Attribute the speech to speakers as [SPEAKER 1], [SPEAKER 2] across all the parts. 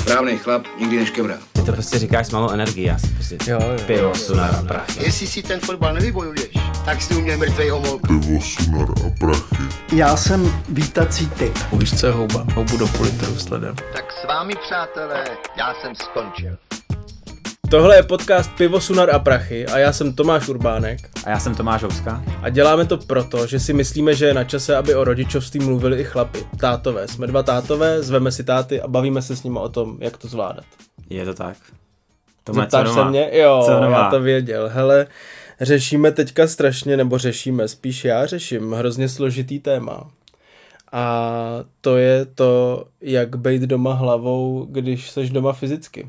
[SPEAKER 1] Správný chlap nikdy neškemrá.
[SPEAKER 2] Ty to prostě říkáš s malou energií, já si prostě pivo, sunar a prachy.
[SPEAKER 3] Jestli si ten fotbal nevybojuješ, tak si u mě mrtvej homol.
[SPEAKER 4] Pivo, sunar a prachy.
[SPEAKER 5] Já jsem vítací typ.
[SPEAKER 6] Víš, co je houba? Houbu do politru sledem.
[SPEAKER 3] Tak s vámi, přátelé, já jsem skončil.
[SPEAKER 6] Tohle je podcast Pivo, sunar a prachy a já jsem Tomáš Urbánek.
[SPEAKER 2] A já jsem Tomáš Houska.
[SPEAKER 6] A děláme to proto, že si myslíme, že je na čase, aby o rodičovství mluvili i chlapi. Tátové. Jsme dva tátové, zveme si táty a bavíme se s nimi o tom, jak to zvládat.
[SPEAKER 2] Je to tak.
[SPEAKER 6] Zeptáš se mě? Jo, já to věděl. Hele, řešíme teďka spíš já řeším hrozně složitý téma. A to je to, jak bejt doma hlavou, když seš doma fyzicky.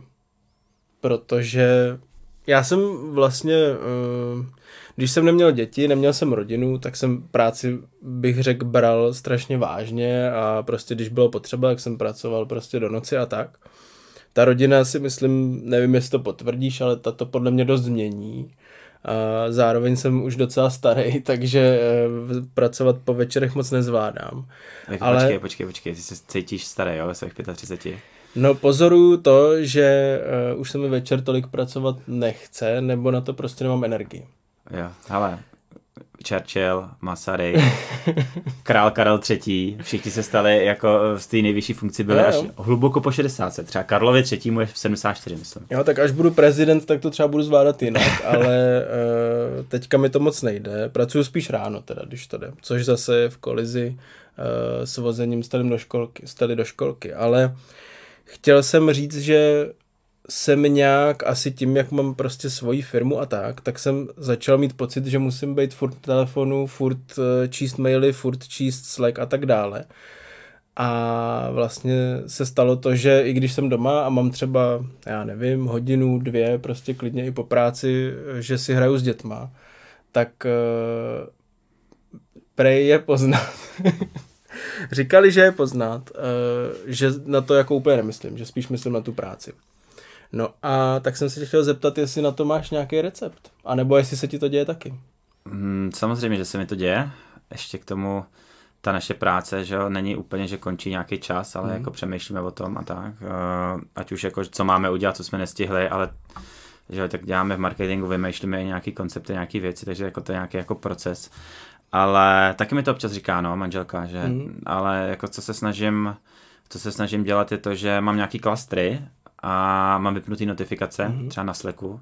[SPEAKER 6] Protože já jsem vlastně, když jsem neměl děti, neměl jsem rodinu, tak jsem práci, bych řekl, bral strašně vážně a prostě když bylo potřeba, tak jsem pracoval prostě do noci a tak. Ta rodina si myslím, nevím, jestli to potvrdíš, ale ta to podle mě dost změní. A zároveň jsem už docela starý, takže pracovat po večerech moc nezvládám.
[SPEAKER 2] Ale... Počkej, ty se cítíš starý, jo, ve svých 35?
[SPEAKER 6] No pozoruju to, že už se mi večer tolik pracovat nechce, nebo na to prostě nemám energii.
[SPEAKER 2] Jo, hele, Churchill, Masaryk, král Karel III, všichni se stali jako z té nejvyšší funkci byli až hluboko po 60. Třeba Karlovi III mu je 74, myslím.
[SPEAKER 6] Jo, tak až budu prezident, tak to třeba budu zvládat jinak, ale teďka mi to moc nejde. Pracuju spíš ráno teda, když to jde, což zase je v kolizi s vozením Stely do školky, ale chtěl jsem říct, že jsem nějak asi tím, jak mám prostě svoji firmu a tak jsem začal mít pocit, že musím být furt v telefonu, furt číst maily, furt číst Slack a tak dále. A vlastně se stalo to, že i když jsem doma a mám třeba, já nevím, hodinu, 2, prostě klidně i po práci, že si hraju s dětma, tak prej je poznat. Říkali, že je poznat, že na to jako úplně nemyslím, že spíš myslím na tu práci. No a tak jsem se chtěl zeptat, jestli na to máš nějaký recept, anebo jestli se ti to děje taky.
[SPEAKER 2] Samozřejmě, že se mi to děje. Ještě k tomu ta naše práce, že jo, není úplně, že končí nějaký čas, ale jako přemýšlíme o tom a tak. Ať už jako, co máme udělat, co jsme nestihli, ale že jo, tak děláme v marketingu, vymýšlíme i nějaký koncepty, nějaký věci, takže jako to je nějaký jako proces. Ale taky mi to občas říká, no, manželka, že, ale jako co se snažím dělat je to, že mám nějaký klastry a mám vypnutý notifikace, třeba na Slacku,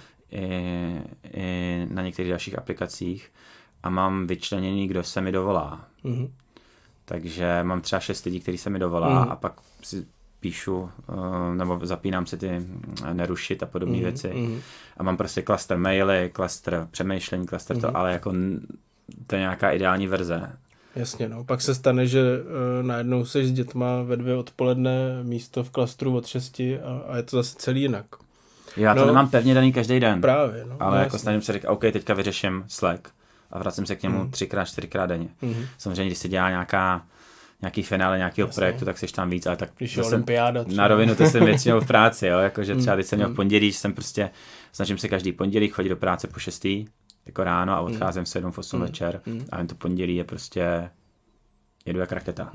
[SPEAKER 2] i na některých dalších aplikacích a mám vyčleněný, kdo se mi dovolá. Takže mám třeba 6 lidí, kteří se mi dovolá a pak si píšu, nebo zapínám si ty nerušit a podobné věci. A mám prostě klastr maily, klastr přemýšlení, klastr to, ale jako to je nějaká ideální verze.
[SPEAKER 6] Jasně, no. Pak se stane, že najednou seš s dětma ve 2 odpoledne, místo v klastru od 6 a je to zase celý jinak.
[SPEAKER 2] Já to nemám pevně daný každý den.
[SPEAKER 6] Právě, no.
[SPEAKER 2] Ale jako snažím se říct, OK, teďka vyřeším Slack a vracím se k němu 3x, 4x denně. Samozřejmě, když se dělá nějaký finále nějakého projektu, tak seš tam víc, ale tak na rovinu to jsem většinou v práci, jo, jakože třeba teď jsem měl v pondělí, že jsem prostě, snažím se každý pondělí chodit do práce po 6, jako ráno a odcházím v 7, v 8 večer a jen to pondělí je prostě jedu jak raketa.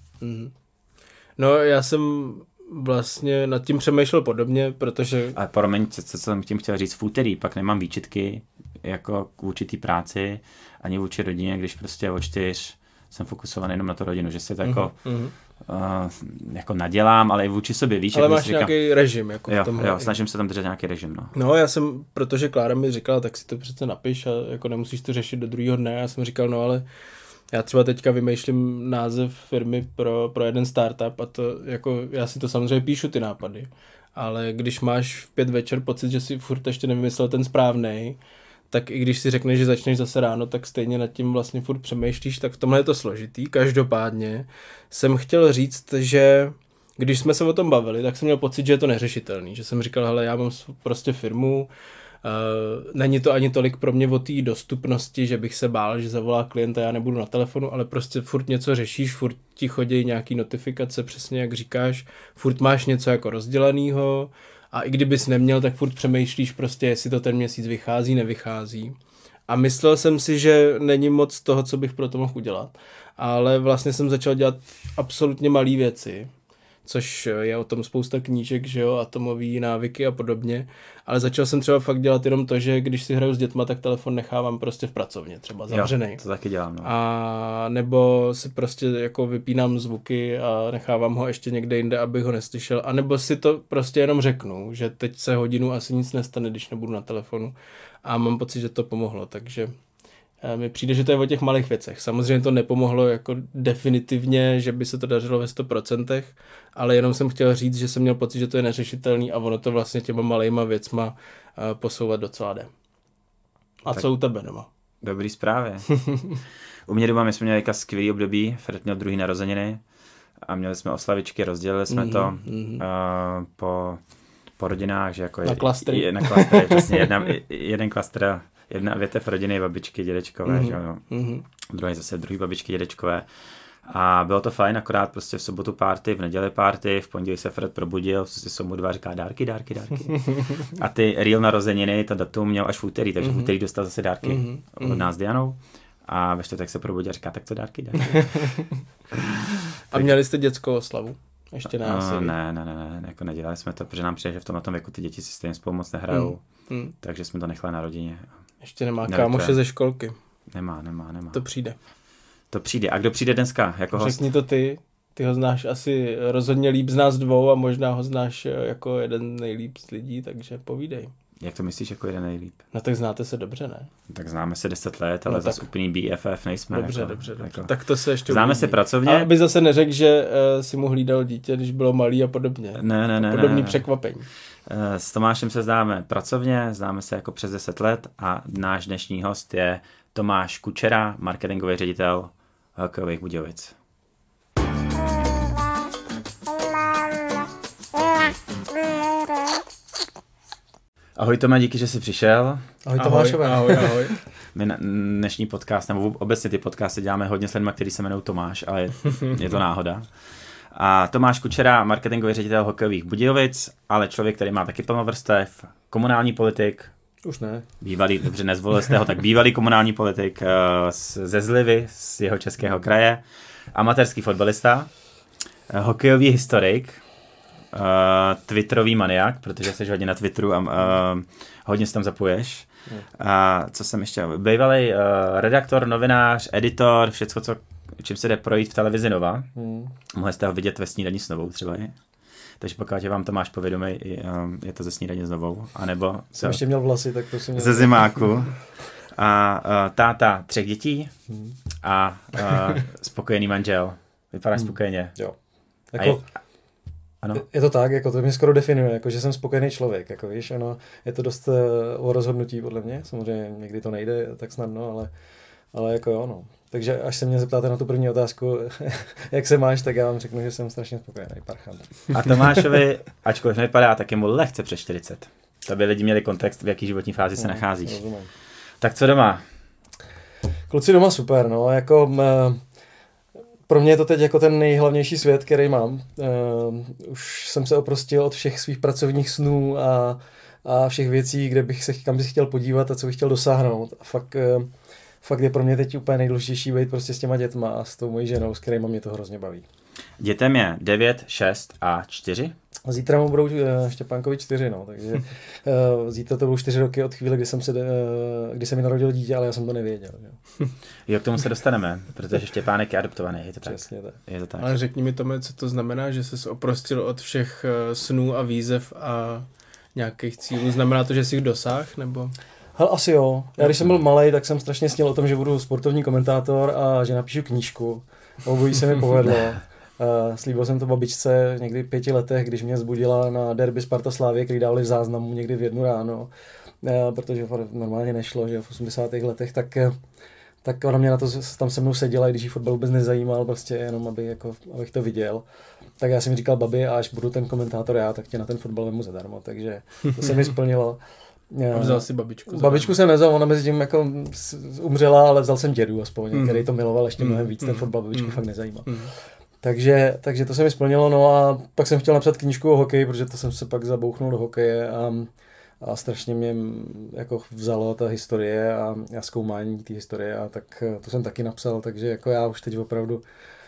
[SPEAKER 6] No já jsem vlastně nad tím přemýšlel podobně, protože...
[SPEAKER 2] Ale promiň, co jsem tím chtěl říct, v úterý pak nemám výčitky jako k určitý práci ani vůči rodině, když prostě od 4 jsem fokusovaný jenom na tu rodinu, že se to jako nadělám, ale i vůči sobě, víš.
[SPEAKER 6] Ale máš nějaký režim, jako v tomhle.
[SPEAKER 2] Jo, snažím se tam držet nějaký režim, no.
[SPEAKER 6] No, já jsem, protože Klára mi říkala, tak si to přece napiš a jako nemusíš to řešit do druhého dne. Já jsem říkal, no ale já třeba teďka vymýšlím název firmy pro jeden startup a to jako, já si to samozřejmě píšu ty nápady, ale když máš v 5 večer pocit, že si furt ještě nevymyslel ten správnej, tak i když si řekneš, že začneš zase ráno, tak stejně nad tím vlastně furt přemýšlíš, tak v tomhle je to složitý. Každopádně jsem chtěl říct, že když jsme se o tom bavili, tak jsem měl pocit, že je to neřešitelný. Že jsem říkal, hele, já mám prostě firmu, není to ani tolik pro mě o té dostupnosti, že bych se bál, že zavolá klient a já nebudu na telefonu, ale prostě furt něco řešíš, furt ti chodí nějaký notifikace, přesně jak říkáš, furt máš něco jako rozdělanýho, a i kdybys neměl, tak furt přemýšlíš prostě, jestli to ten měsíc vychází, nevychází. A myslel jsem si, že není moc toho, co bych pro to mohl udělat. Ale vlastně jsem začal dělat absolutně malé věci, což je o tom spousta knížek, že jo, atomové návyky a podobně, ale začal jsem třeba fakt dělat jenom to, že když si hraju s dětma, tak telefon nechávám prostě v pracovně, třeba zavřenej.
[SPEAKER 2] Jo, to taky dělám, no.
[SPEAKER 6] A nebo si prostě jako vypínám zvuky a nechávám ho ještě někde jinde, abych ho neslyšel, a nebo si to prostě jenom řeknu, že teď se hodinu asi nic nestane, když nebudu na telefonu, a mám pocit, že to pomohlo, takže mi přijde, že to je o těch malých věcech. Samozřejmě to nepomohlo jako definitivně, že by se to dařilo ve 100%, ale jenom jsem chtěl říct, že jsem měl pocit, že to je neřešitelný a ono to vlastně těma malejma věcma posouvat docela jde. A tak co u tebe doma?
[SPEAKER 2] Dobrý zprávy. U mě doma my jsme měli skvělý období, Fred měl druhý narozeniny a měli jsme oslavičky, rozdělili jsme to po rodinách, že jako
[SPEAKER 6] na klastry.
[SPEAKER 2] Na klastry, přesně jeden klastr, jedna větev rodiny, babičky, dědečkové, že jo. Druhý zase druhý babičky, dědečkové. A bylo to fajn, akorát prostě v sobotu party, v neděli party, v pondělí se Fred probudil, prostě jsou mu dva, říká dárky. A ty real narozeniny, to datum měl až v úterý, takže v úterý dostal zase dárky od nás s Dianou. A ve čtvrtek se probudil a říká, tak to dárky.
[SPEAKER 6] A měli jste dětskou oslavu? Ještě ne, asi.
[SPEAKER 2] Ne, jako nedělali jsme to, protože nám přijde, že v tomhle věku ty děti si stejně spolu moc nehrajou, takže jsme to nechali na rodině.
[SPEAKER 6] Ještě nemá kámoše ze školky.
[SPEAKER 2] Nemá.
[SPEAKER 6] To přijde.
[SPEAKER 2] A kdo přijde dneska jako host?
[SPEAKER 6] Řekni to ty ho znáš asi rozhodně líp z nás dvou a možná ho znáš jako jeden nejlíp z lidí, takže povídej.
[SPEAKER 2] Jak to myslíš jako jeden nejlíp?
[SPEAKER 6] No tak znáte se dobře, ne?
[SPEAKER 2] Tak známe se 10 let, ale zase úplný BFF nejsme.
[SPEAKER 6] Dobře. Jako, tak to se ještě
[SPEAKER 2] známe
[SPEAKER 6] uvidí.
[SPEAKER 2] se pracovně.
[SPEAKER 6] A aby zase neřekl, že si mu hlídal dítě, když bylo malý a podobně.
[SPEAKER 2] Ne.
[SPEAKER 6] Podobný překvapení.
[SPEAKER 2] S Tomášem se známe pracovně, známe se jako přes 10 let a náš dnešní host je Tomáš Kučera, marketingový ředitel Hokejových Budějovic. Ahoj Tome, díky, že jsi přišel.
[SPEAKER 6] Ahoj Tomášové. Ahoj.
[SPEAKER 2] My dnešní podcast, nebo obecně ty podcasty děláme hodně s lidmi, kteří se jmenují Tomáš, ale je to náhoda. A Tomáš Kučera, marketingový ředitel Hokejových Budějovic, ale člověk, který má taky plno vrstev, komunální politik.
[SPEAKER 6] Už ne.
[SPEAKER 2] Bývalý, dobře, nezvolil jste ho, tak bývalý komunální politik ze Zlivy, z jeho českého kraje, amatérský fotbalista, hokejový historik, twitterový maniak, protože jsi hodně na Twitteru a hodně se tam zapoješ. A co jsem ještě, bývalý redaktor, novinář, editor, všecko, čím se jde projít v televizi Nova. Mohli jste ho vidět ve Snídani s Novou třeba. Takže pokud je vám Tomáš povědomý, je to ze Snídaně s Novou. A nebo
[SPEAKER 1] jsem ještě měl vlasy, tak to jsem měl.
[SPEAKER 2] Ze Zimáku. A táta 3 dětí a spokojený manžel. Vypadáš spokojeně.
[SPEAKER 1] Jo. Jako, ano. Je to tak, jako to mě skoro definuje, jako, že jsem spokojený člověk, jako víš, ano, je to dost o rozhodnutí podle mě, samozřejmě někdy to nejde tak snadno, ale jako jo, no. Takže až se mě zeptáte na tu první otázku, jak se máš, tak já vám řeknu, že jsem strašně spokojený parchant.
[SPEAKER 2] A Tomášovi, ačkoliv nevypadá, tak je mu lehce přes 40. To by lidi měli kontext, v jaký životní fázi se nacházíš.
[SPEAKER 1] Rozumím.
[SPEAKER 2] Tak co doma?
[SPEAKER 1] Kluci doma super, no, jako pro mě je to teď jako ten nejhlavnější svět, který mám. Už jsem se oprostil od všech svých pracovních snů a všech věcí, kam bych chtěl podívat a co bych chtěl dosáhnout. A fakt je pro mě teď úplně nejdůležitější být prostě s těma dětma a s tou mojí ženou, s kterýma mě to hrozně baví.
[SPEAKER 2] Dětem je 9, 6 a 4?
[SPEAKER 1] A zítra mu budou Štěpánkovi 4, no, takže zítra to budou 4 roky od chvíle, kdy se mi narodilo dítě, ale já jsem to nevěděl.
[SPEAKER 2] Jo, k tomu se dostaneme, protože Štěpánek je adoptovaný, je to tak?
[SPEAKER 1] Přesně tak.
[SPEAKER 2] Je to tak.
[SPEAKER 6] Ale řekni mi, Tome, co to znamená, že jsi oprostil od všech snů a výzev a nějakých cílů? Znamená to, že jsi jich dosáhl, nebo?
[SPEAKER 1] Hele, asi jo. Já když jsem byl malej, tak jsem strašně snil o tom, že budu sportovní komentátor a že napíšu knížku. Obojí se mi povedlo. Slíbil jsem to babičce někdy v 5 letech, když mě zbudila na derby Sparta Slavie, který dávali v záznamu někdy v 1 ráno, protože normálně nešlo, že v 80. letech, tak ona mě na to tam se mnou seděla, i když jí fotbal vůbec nezajímal, prostě jenom abych to viděl. Tak já jsem mi říkal, babi, až budu ten komentátor já, tak tě na ten fotbal vemu zadarmo, takže to se mi splnilo.
[SPEAKER 6] A vzal si babičku?
[SPEAKER 1] Babičku jsem nevzal, ona mezi tím jako umřela, ale vzal jsem dědu aspoň, který to miloval ještě mnohem víc, ten fotbal babičku fakt nezajímal. Takže to se mi splnilo, no a pak jsem chtěl napsat knížku o hokeji, protože to jsem se pak zabouchnul do hokeje a strašně mě jako vzalo ta historie a zkoumání té historie a tak to jsem taky napsal, takže jako já už teď opravdu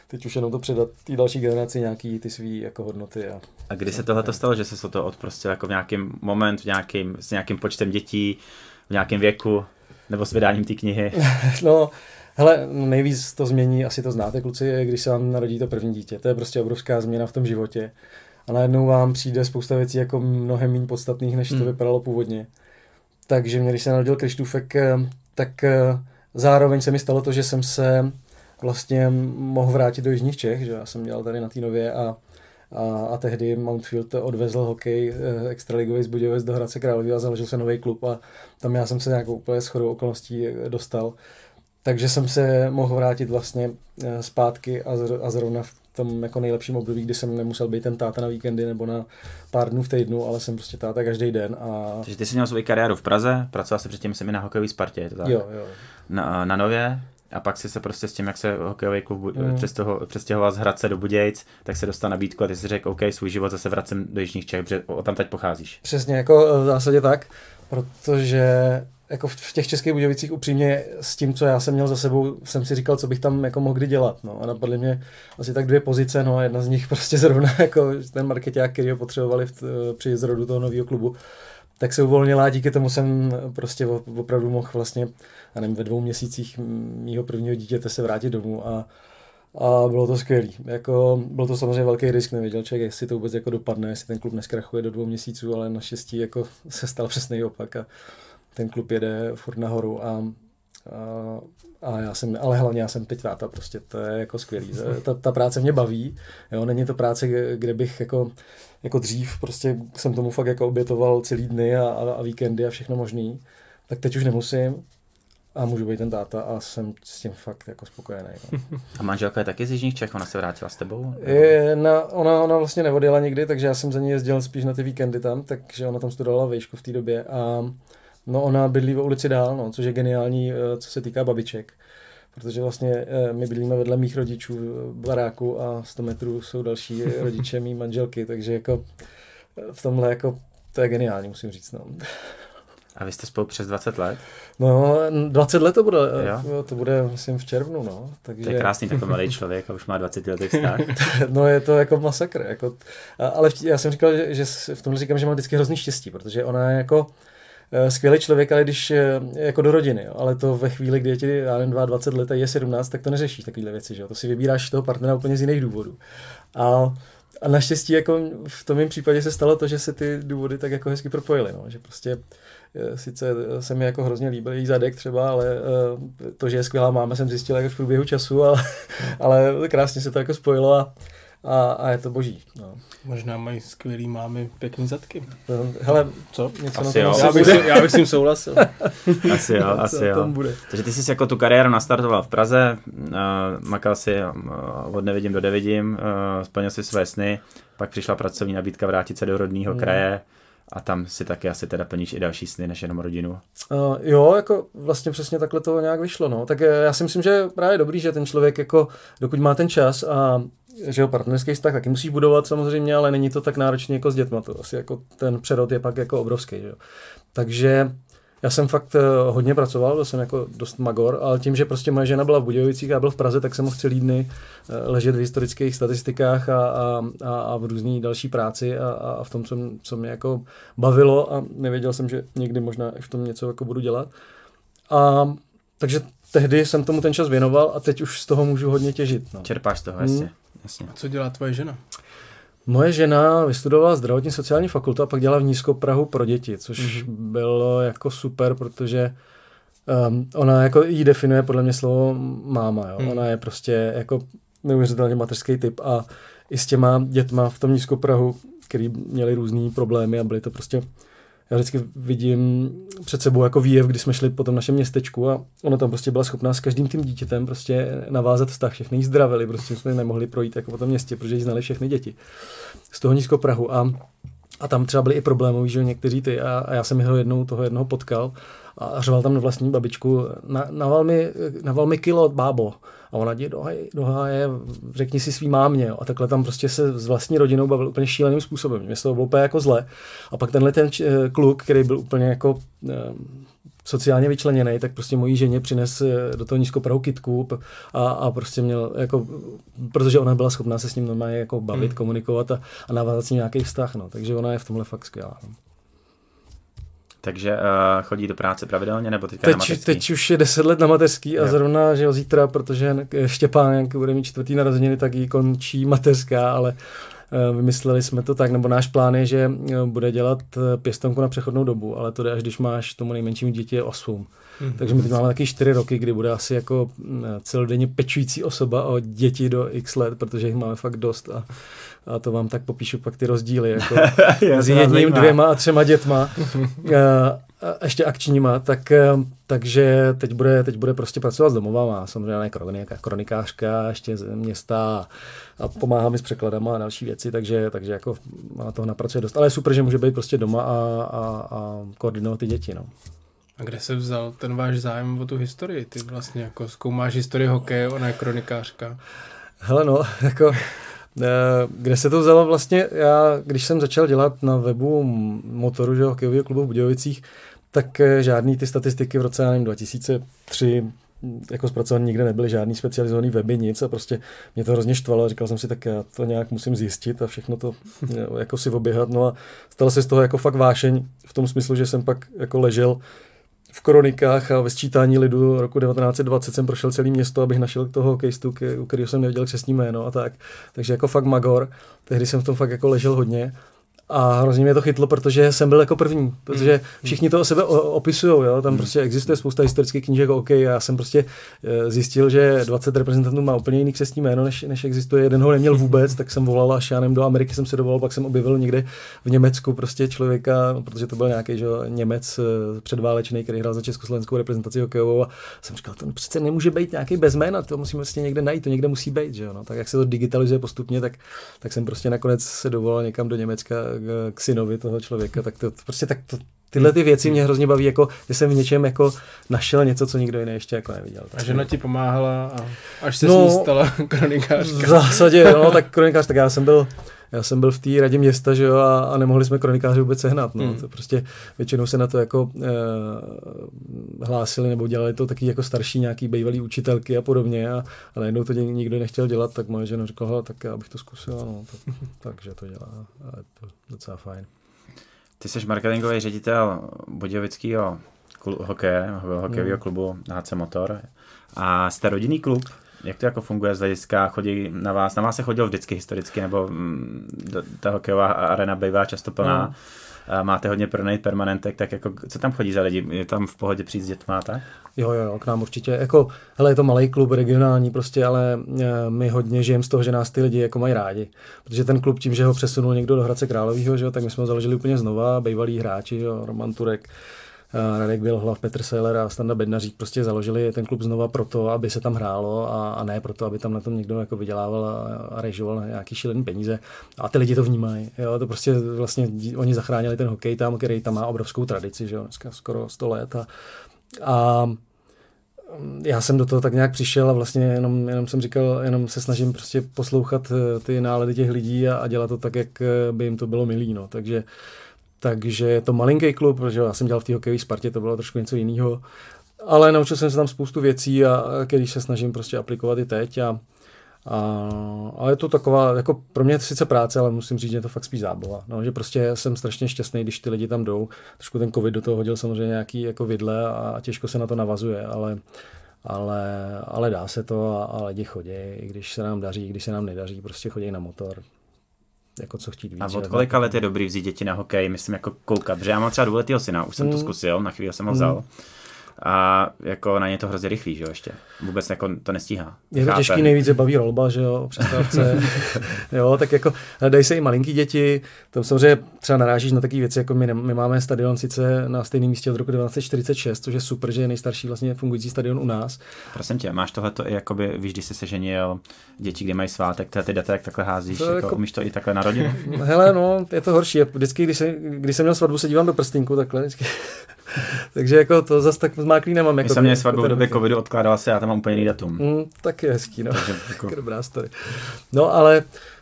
[SPEAKER 1] teď už jenom to předat té další generaci nějaký ty svý jako hodnoty.
[SPEAKER 2] A kdy se tohle stalo, že se to odprostil jako v nějakým moment, s nějakým počtem dětí, v nějakém věku, nebo s vydáním té knihy?
[SPEAKER 1] No, hele, nejvíc to změní, asi to znáte, kluci, když se vám narodí to první dítě. To je prostě obrovská změna v tom životě. A najednou vám přijde spousta věcí jako mnohem méně podstatných, než to vypadalo původně. Takže mě, když se narodil Krištůfek, tak zároveň se mi stalo to, že jsem se vlastně mohl vrátit do jižních Čech, že já jsem dělal tady na Týnově a tehdy Mountfield odvezl hokej extraligový z Budějovic do Hradce Králové a založil se nový klub a tam já jsem se nějakou úplně shodou okolností dostal. Takže jsem se mohl vrátit vlastně zpátky a zrovna v tom jako nejlepším období, kdy jsem nemusel být ten táta na víkendy nebo na pár dnů v týdnu, ale jsem prostě táta každý den.
[SPEAKER 2] Takže ty jsi měl svou kariéru v Praze, pracoval jsi předtím i na hokejové Spartě, je to tak?
[SPEAKER 1] Jo.
[SPEAKER 2] Na Nově a pak si se prostě s tím, jak se hokejový klub přestěhoval z Hradce do Budějic, tak se dostal nabídku a ty si řekl, OK, svůj život zase vracím do jižních Čech, protože tam teď pocházíš.
[SPEAKER 1] Přesně, jako v zásadě tak, protože jako v těch Českých Budějovicích upřímně s tím, co já jsem měl za sebou, jsem si říkal, co bych tam jako mohl kdy dělat. No. A napadly mě asi tak 2 pozice, no a jedna z nich prostě zrovna jako ten marketák, který ho potřebovali při zrodu toho nového klubu, tak se uvolnila a díky tomu jsem prostě opravdu mohl vlastně, já nevím, ve 2 měsících mýho prvního dítěte se vrátit domů a bylo to skvělý. Jako, byl to samozřejmě velký risk, nevěděl člověk, jestli to vůbec jako dopadne, jestli ten klub neskrachuje do 2 měsíců, ale naštěstí jako se stal přesný opak a ten klub jede furt nahoru a ale hlavně já jsem teď táta, prostě to je jako skvělý. Ta práce mě baví, jo, není to práce, kde bych jako dřív prostě jsem tomu fakt jako obětoval celý dny a víkendy a všechno možný, tak teď už nemusím a můžu být ten táta a jsem s tím fakt jako spokojený. No.
[SPEAKER 2] A manželka je taky z jižních Čech, ona se vrátila s tebou?
[SPEAKER 1] Ona vlastně neodjela nikdy, takže já jsem za ní jezdil spíš na ty víkendy tam, takže ona tam studovala vejšku v té době a no ona bydlí v ulici dál, no, což je geniální, co se týká babiček, protože vlastně my bydlíme vedle mých rodičů v baráku a 100 metrů jsou další rodiče mý manželky, takže jako v tomhle jako to je geniální, musím říct. No.
[SPEAKER 2] A vy jste spolu přes 20 let?
[SPEAKER 1] No, 20 let to bude, myslím, v červnu, no. Takže...
[SPEAKER 2] To je krásný takový mladý člověk a už má 20 letý vztah.
[SPEAKER 1] No je to jako masakr, jako, ale já jsem říkal, že v tomhle říkám, že mám vždycky hrozný štěstí, protože ona je jako skvělý člověk, ale když jako do rodiny, jo. Ale to ve chvíli, kdy je ti, já nevím, 22 let a je 17, tak to neřešíš takovýhle věci, že jo. To si vybíráš toho partnera úplně z jiných důvodů. A naštěstí jako v tom mém případě se stalo to, že se ty důvody tak jako hezky propojily, no. Že prostě sice se mi jako hrozně líbil její zadek třeba, ale to, že je skvělá máma, jsem zjistil jako v průběhu času, ale krásně se to jako spojilo a je to boží. No.
[SPEAKER 6] Možná mají skvělý mámy pěkný zadky.
[SPEAKER 1] Hele,
[SPEAKER 6] co?
[SPEAKER 1] Něco
[SPEAKER 2] asi
[SPEAKER 1] na
[SPEAKER 2] jo.
[SPEAKER 6] Já bych s tím souhlasil.
[SPEAKER 2] Asi jo. Takže ty jsi jako tu kariéru nastartoval v Praze, makal si od nevidím do nevidím, splnil si své sny, pak přišla pracovní nabídka vrátit se do rodného kraje a tam si taky asi teda plníš i další sny než jenom rodinu.
[SPEAKER 1] Jo, jako vlastně přesně takhle to nějak vyšlo. No. Tak já si myslím, že je právě dobrý, že ten člověk jako, dokud má ten čas a že jo, partnerský vztah taky musí budovat samozřejmě, ale není to tak náročný jako s dětma. To asi jako ten přerod je pak jako obrovský. Že jo. Takže já jsem fakt hodně pracoval, byl jsem jako dost magor, ale tím, že prostě moje žena byla v Budějovicích a byl v Praze, tak jsem mohl celý dny ležet v historických statistikách a v různý další práci a v tom, co mě jako bavilo a nevěděl jsem, že někdy možná v tom něco jako budu dělat. Takže tehdy jsem tomu ten čas věnoval a teď už z toho můžu hodně těžit. No.
[SPEAKER 2] Čerpáš z toho, jasně.
[SPEAKER 6] A co dělá tvoje žena?
[SPEAKER 1] Moje žena vystudovala zdravotní sociální fakultu a pak dělala v Nízkoprahu pro děti, což bylo jako super, protože ona jako jí definuje podle mě slovo máma. Jo? Ona je prostě jako neuvěřitelně mateřský typ a i s těma dětma v tom Nízkoprahu, který měli různý problémy a byly to prostě, já vždycky vidím před sebou jako výjev, kdy jsme šli po tom našem městečku a ona tam prostě byla schopná s každým tím dítětem prostě navázat vztah, všechny jí zdravili, prostě jsme nemohli projít jako po tom městě, protože jí znali všechny děti z toho Nízkoprahu a tam třeba byly i problémoví, že někteří ty a já jsem toho jednoho potkal a řval tam na vlastní babičku, naval mi kilo, bábo. A ona jde do háje, řekni si svý mámě. A takhle tam prostě se s vlastní rodinou bavil úplně šíleným způsobem. Mě se to bylo úplně jako zle. A pak tenhle ten kluk, který byl úplně jako sociálně vyčleněný, tak prostě mojí ženě přines do toho nízkoprahu kytku a prostě měl jako, protože ona byla schopná se s ním normálně jako bavit, komunikovat a navázat s ním nějaký vztah, no. Takže ona je v tomhle fakt skvělá. No.
[SPEAKER 2] Takže chodí do práce pravidelně, nebo teďka na mateřský?
[SPEAKER 1] Teď už je 10 let na mateřský a zrovna, že jo, zítra, protože Štěpánek bude mít 4. narozeniny, tak jí končí mateřská, ale vymysleli jsme to tak, nebo náš plán je, že bude dělat pěstounku na přechodnou dobu, ale to jde až když máš tomu nejmenšímu dítě 8. Takže my teď máme taky 4 roky, kdy bude asi jako celodenně pečující osoba o děti do x let, protože jich máme fakt dost a to vám tak popíšu pak ty rozdíly, jako mezi 1, 2 a 3 dětma, ještě akčníma, takže teď bude prostě pracovat z domova, má samozřejmě kronikářka, ještě z města a pomáhá mi s překladama a další věci, takže jako má toho napracuje dost, ale je super, že může být prostě doma a koordinovat ty děti, no.
[SPEAKER 6] A kde se vzal ten váš zájem o tu historii? Ty vlastně jako zkoumáš historii hokeje, ona je kronikářka.
[SPEAKER 1] Hele no, jako kde se to vzalo vlastně, já když jsem začal dělat na webu Motoru, že hokejového klubu v Budějovicích, tak žádný ty statistiky v roce 2003 jako zpracovaný nikde nebyly, žádný specializovaný weby, nic a prostě mě to hrozně štvalo a říkal jsem si, tak já to nějak musím zjistit a všechno to jako si oběhat, no a stala se z toho jako fakt vášeň v tom smyslu, že jsem pak jako ležel v kronikách a ve sčítání lidu roku 1920 jsem prošel celé město, abych našel toho hokejistu, u kterého jsem nevěděl křestní jméno a tak. Takže jako fakt magor. Tehdy jsem v tom fakt jako ležel hodně. A hrozně mě to chytlo, protože jsem byl jako první, protože všichni to o sebe opisujou, jo? Tam prostě existuje spousta historických knížek o hokeji a já jsem prostě zjistil, že 20 reprezentantů má úplně jiný křestní jméno, než existuje, jeden ho neměl vůbec, tak jsem volal až já nevím, do Ameriky jsem se dovolal, pak jsem objevil někde v Německu prostě člověka, protože to byl nějaký že, Němec předválečný, který hrál za československou reprezentaci hokejovou a jsem říkal, to přece nemůže být nějaký bez jména, to musíme prostě někde najít, to někde musí být, že jo? No, tak jak se to digitalizuje postupně, tak jsem prostě nakonec se dovolal někam do Německa k synovi toho člověka, tak to prostě tyhle ty věci mě hrozně baví, jako, že jsem v něčem jako našel něco, co nikdo jiný ještě jako neviděl.
[SPEAKER 6] A žena ti pomáhala a až se s ní stala kronikářka.
[SPEAKER 1] V zásadě, no, tak kronikář, tak já jsem byl v té radě města, že jo, a nemohli jsme kronikáře vůbec sehnat, no, to prostě většinou se na to jako hlásili nebo dělali to taky jako starší nějaký bývalý učitelky a podobně a najednou to nikdo nechtěl dělat, tak moje žena říkala, tak já bych to zkusil, no, takže to dělá a je to docela fajn.
[SPEAKER 2] Ty jsi marketingový ředitel budějovického hokejového klubu HC Motor a jste rodinný klub. Jak to jako funguje z hlediska, chodí na vás? Na vás se chodil vždycky historicky, nebo ta hokejová arena bývá často plná? Máte hodně prodejných permanentek, tak jako, co tam chodí za lidi? Je tam v pohodě přijít s dětma, tak?
[SPEAKER 1] Jo, k nám určitě. Jako, hele, je to malý klub, regionální prostě, ale my hodně žijeme z toho, že nás ty lidi jako mají rádi. Protože ten klub tím, že ho přesunul někdo do Hradce Králové, že jo, tak my jsme ho založili úplně znova, bývalí hráči, jo, Roman Turek, Radek Bělohlav, Petr Seiler a Standa Bednařík prostě založili ten klub znova proto, aby se tam hrálo a ne proto, aby tam na tom někdo jako vydělával a režoval nějaký šílený peníze. A ty lidi to vnímají. Jo, to prostě vlastně oni zachránili ten hokej tam, který tam má obrovskou tradici, že jo, dneska skoro 100 let a já jsem do toho tak nějak přišel a vlastně jenom jsem říkal, jenom se snažím prostě poslouchat ty nálady těch lidí a dělat to tak, jak by jim to bylo milý, no. Takže je to malinký klub, protože já jsem dělal v té hokejové Spartě, to bylo trošku něco jiného. Ale naučil jsem se tam spoustu věcí, když se snažím prostě aplikovat i teď. A je to taková, jako pro mě je to sice práce, ale musím říct, že je to fakt spíš zábava. No, že prostě jsem strašně šťastný, když ty lidi tam jdou. Trošku ten covid do toho hodil samozřejmě nějaký jako vidle a těžko se na to navazuje, ale dá se to a lidi chodí, i když se nám daří, i když se nám nedaří, prostě chodí na motor. Jako co chtít víc.
[SPEAKER 2] A od kolika let je dobrý vzít děti na hokej, myslím jako koukat, protože já mám třeba 2letýho syna, už jsem to zkusil, na chvíli jsem ho vzal. A jako na ně to hrozně rychlý, že jo, ještě. Vůbec jako to nestíhá.
[SPEAKER 1] Je to těžký, nejvíce baví rolba, že jo, přestávce. Jo, tak jako dají se i malinký děti, tam samozřejmě třeba narážíš na takové věci, jako my máme stadion sice na stejném místě od roku 1946, což je super, že je nejstarší vlastně fungující stadion u nás.
[SPEAKER 2] Prosím tě, máš tohleto i jakoby, víš, když jsi se ženil, děti, kde mají svátek, ty data jak takhle házíš, jako, umíš to i takhle na rodinu?
[SPEAKER 1] Hele, no, je to horší. Vždycky, když jsem měl svatbu, se dívám do prstínku, takhle vždycky. Takže jako to zase tak zmáklý nemám. Jako
[SPEAKER 2] my jsme měli svatbu v době covidu, odkládala se, já tam mám úplně jiný datum.
[SPEAKER 1] Tak je hezký, no.
[SPEAKER 2] Jako...
[SPEAKER 1] Dobrá story. No ale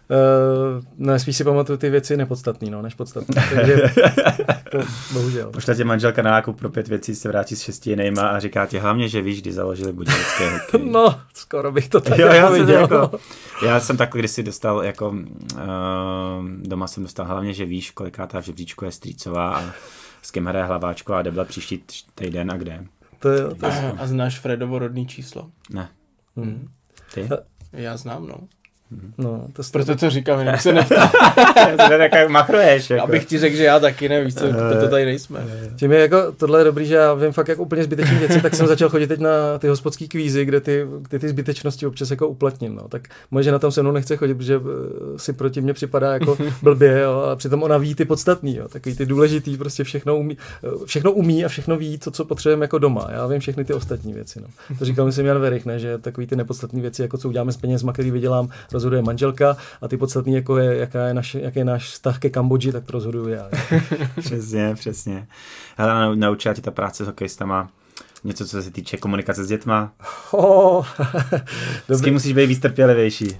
[SPEAKER 1] spíš si pamatuju ty věci nepodstatný, než podstatný. Takže to bohužel.
[SPEAKER 2] Pošla tě manželka na nákup pro 5 věcí, se vrátí s 6 jinýma a říká ti hlavně, že víš, kdy založili budějovické hokej.
[SPEAKER 1] No, skoro bych to tak
[SPEAKER 2] viděl. Jako, já jsem takhle kdysi dostal, jako doma jsem dostal hlavně, že víš, kolikátá v žebříčku je Strýcová a s kým hraje Hlaváčková a kde byla příští týden a kde.
[SPEAKER 6] A znáš Fredovo rodný číslo?
[SPEAKER 2] Ne. Ty?
[SPEAKER 6] Já znám, no.
[SPEAKER 1] No,
[SPEAKER 6] proto to říkám, jinak se neptám.
[SPEAKER 2] To tak machruješ. Jako.
[SPEAKER 6] Abych ti řekl, že já taky nevíš, co, to tady nejsme.
[SPEAKER 1] Tím je jako, tohle je dobrý, že já vím fakt jako úplně zbytečné věci, tak jsem začal chodit teď na ty hospodský kvízy, kde ty zbytečnosti občas jako uplatním. No. Tak moje žena tam se mnou nechce chodit, protože si proti mně připadá jako blbě, jo, a přitom ona ví ty podstatný, jo, takový ty důležitý, prostě všechno umí a všechno ví, to, co potřebujeme jako doma. Já vím všechny ty ostatní věci. No. To říkal myslím Jan Verich, ne, že takový ty nepodstatné věci, jako co uděláme s penězma, který vydělám, rozhoduje manželka a ty podstatný, jako je, jaký je náš vztah ke Kambodži, tak to rozhoduju já.
[SPEAKER 2] Přesně. Hele, naučila ti ta práce s hokejistama něco, co se týče komunikace s dětma? S kým musíš být víc trpělivější?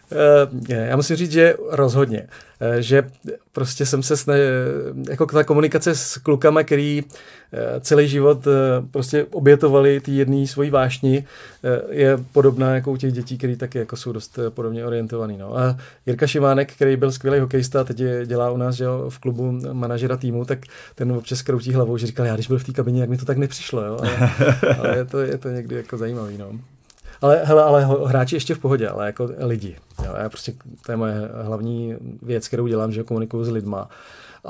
[SPEAKER 1] Já musím říct, že rozhodně. Že prostě jsem se jako ta komunikace s klukama, který celý život prostě obětovali ty jedný svojí vášni, je podobná jako u těch dětí, který taky jako jsou dost podobně orientovaný. No. A Jirka Šimánek, který byl skvělý hokejista, teď dělá u nás, že jo, v klubu manažera týmu, tak ten občas kroutí hlavou, že říkal, já když byl v té kabině, jak mi to tak nepřišlo. Jo. Ale je to někdy jako zajímavý. No. Ale hráči ještě v pohodě, ale jako lidi. Jo, já prostě, to je moje hlavní věc, kterou dělám, že komunikuju s lidma. A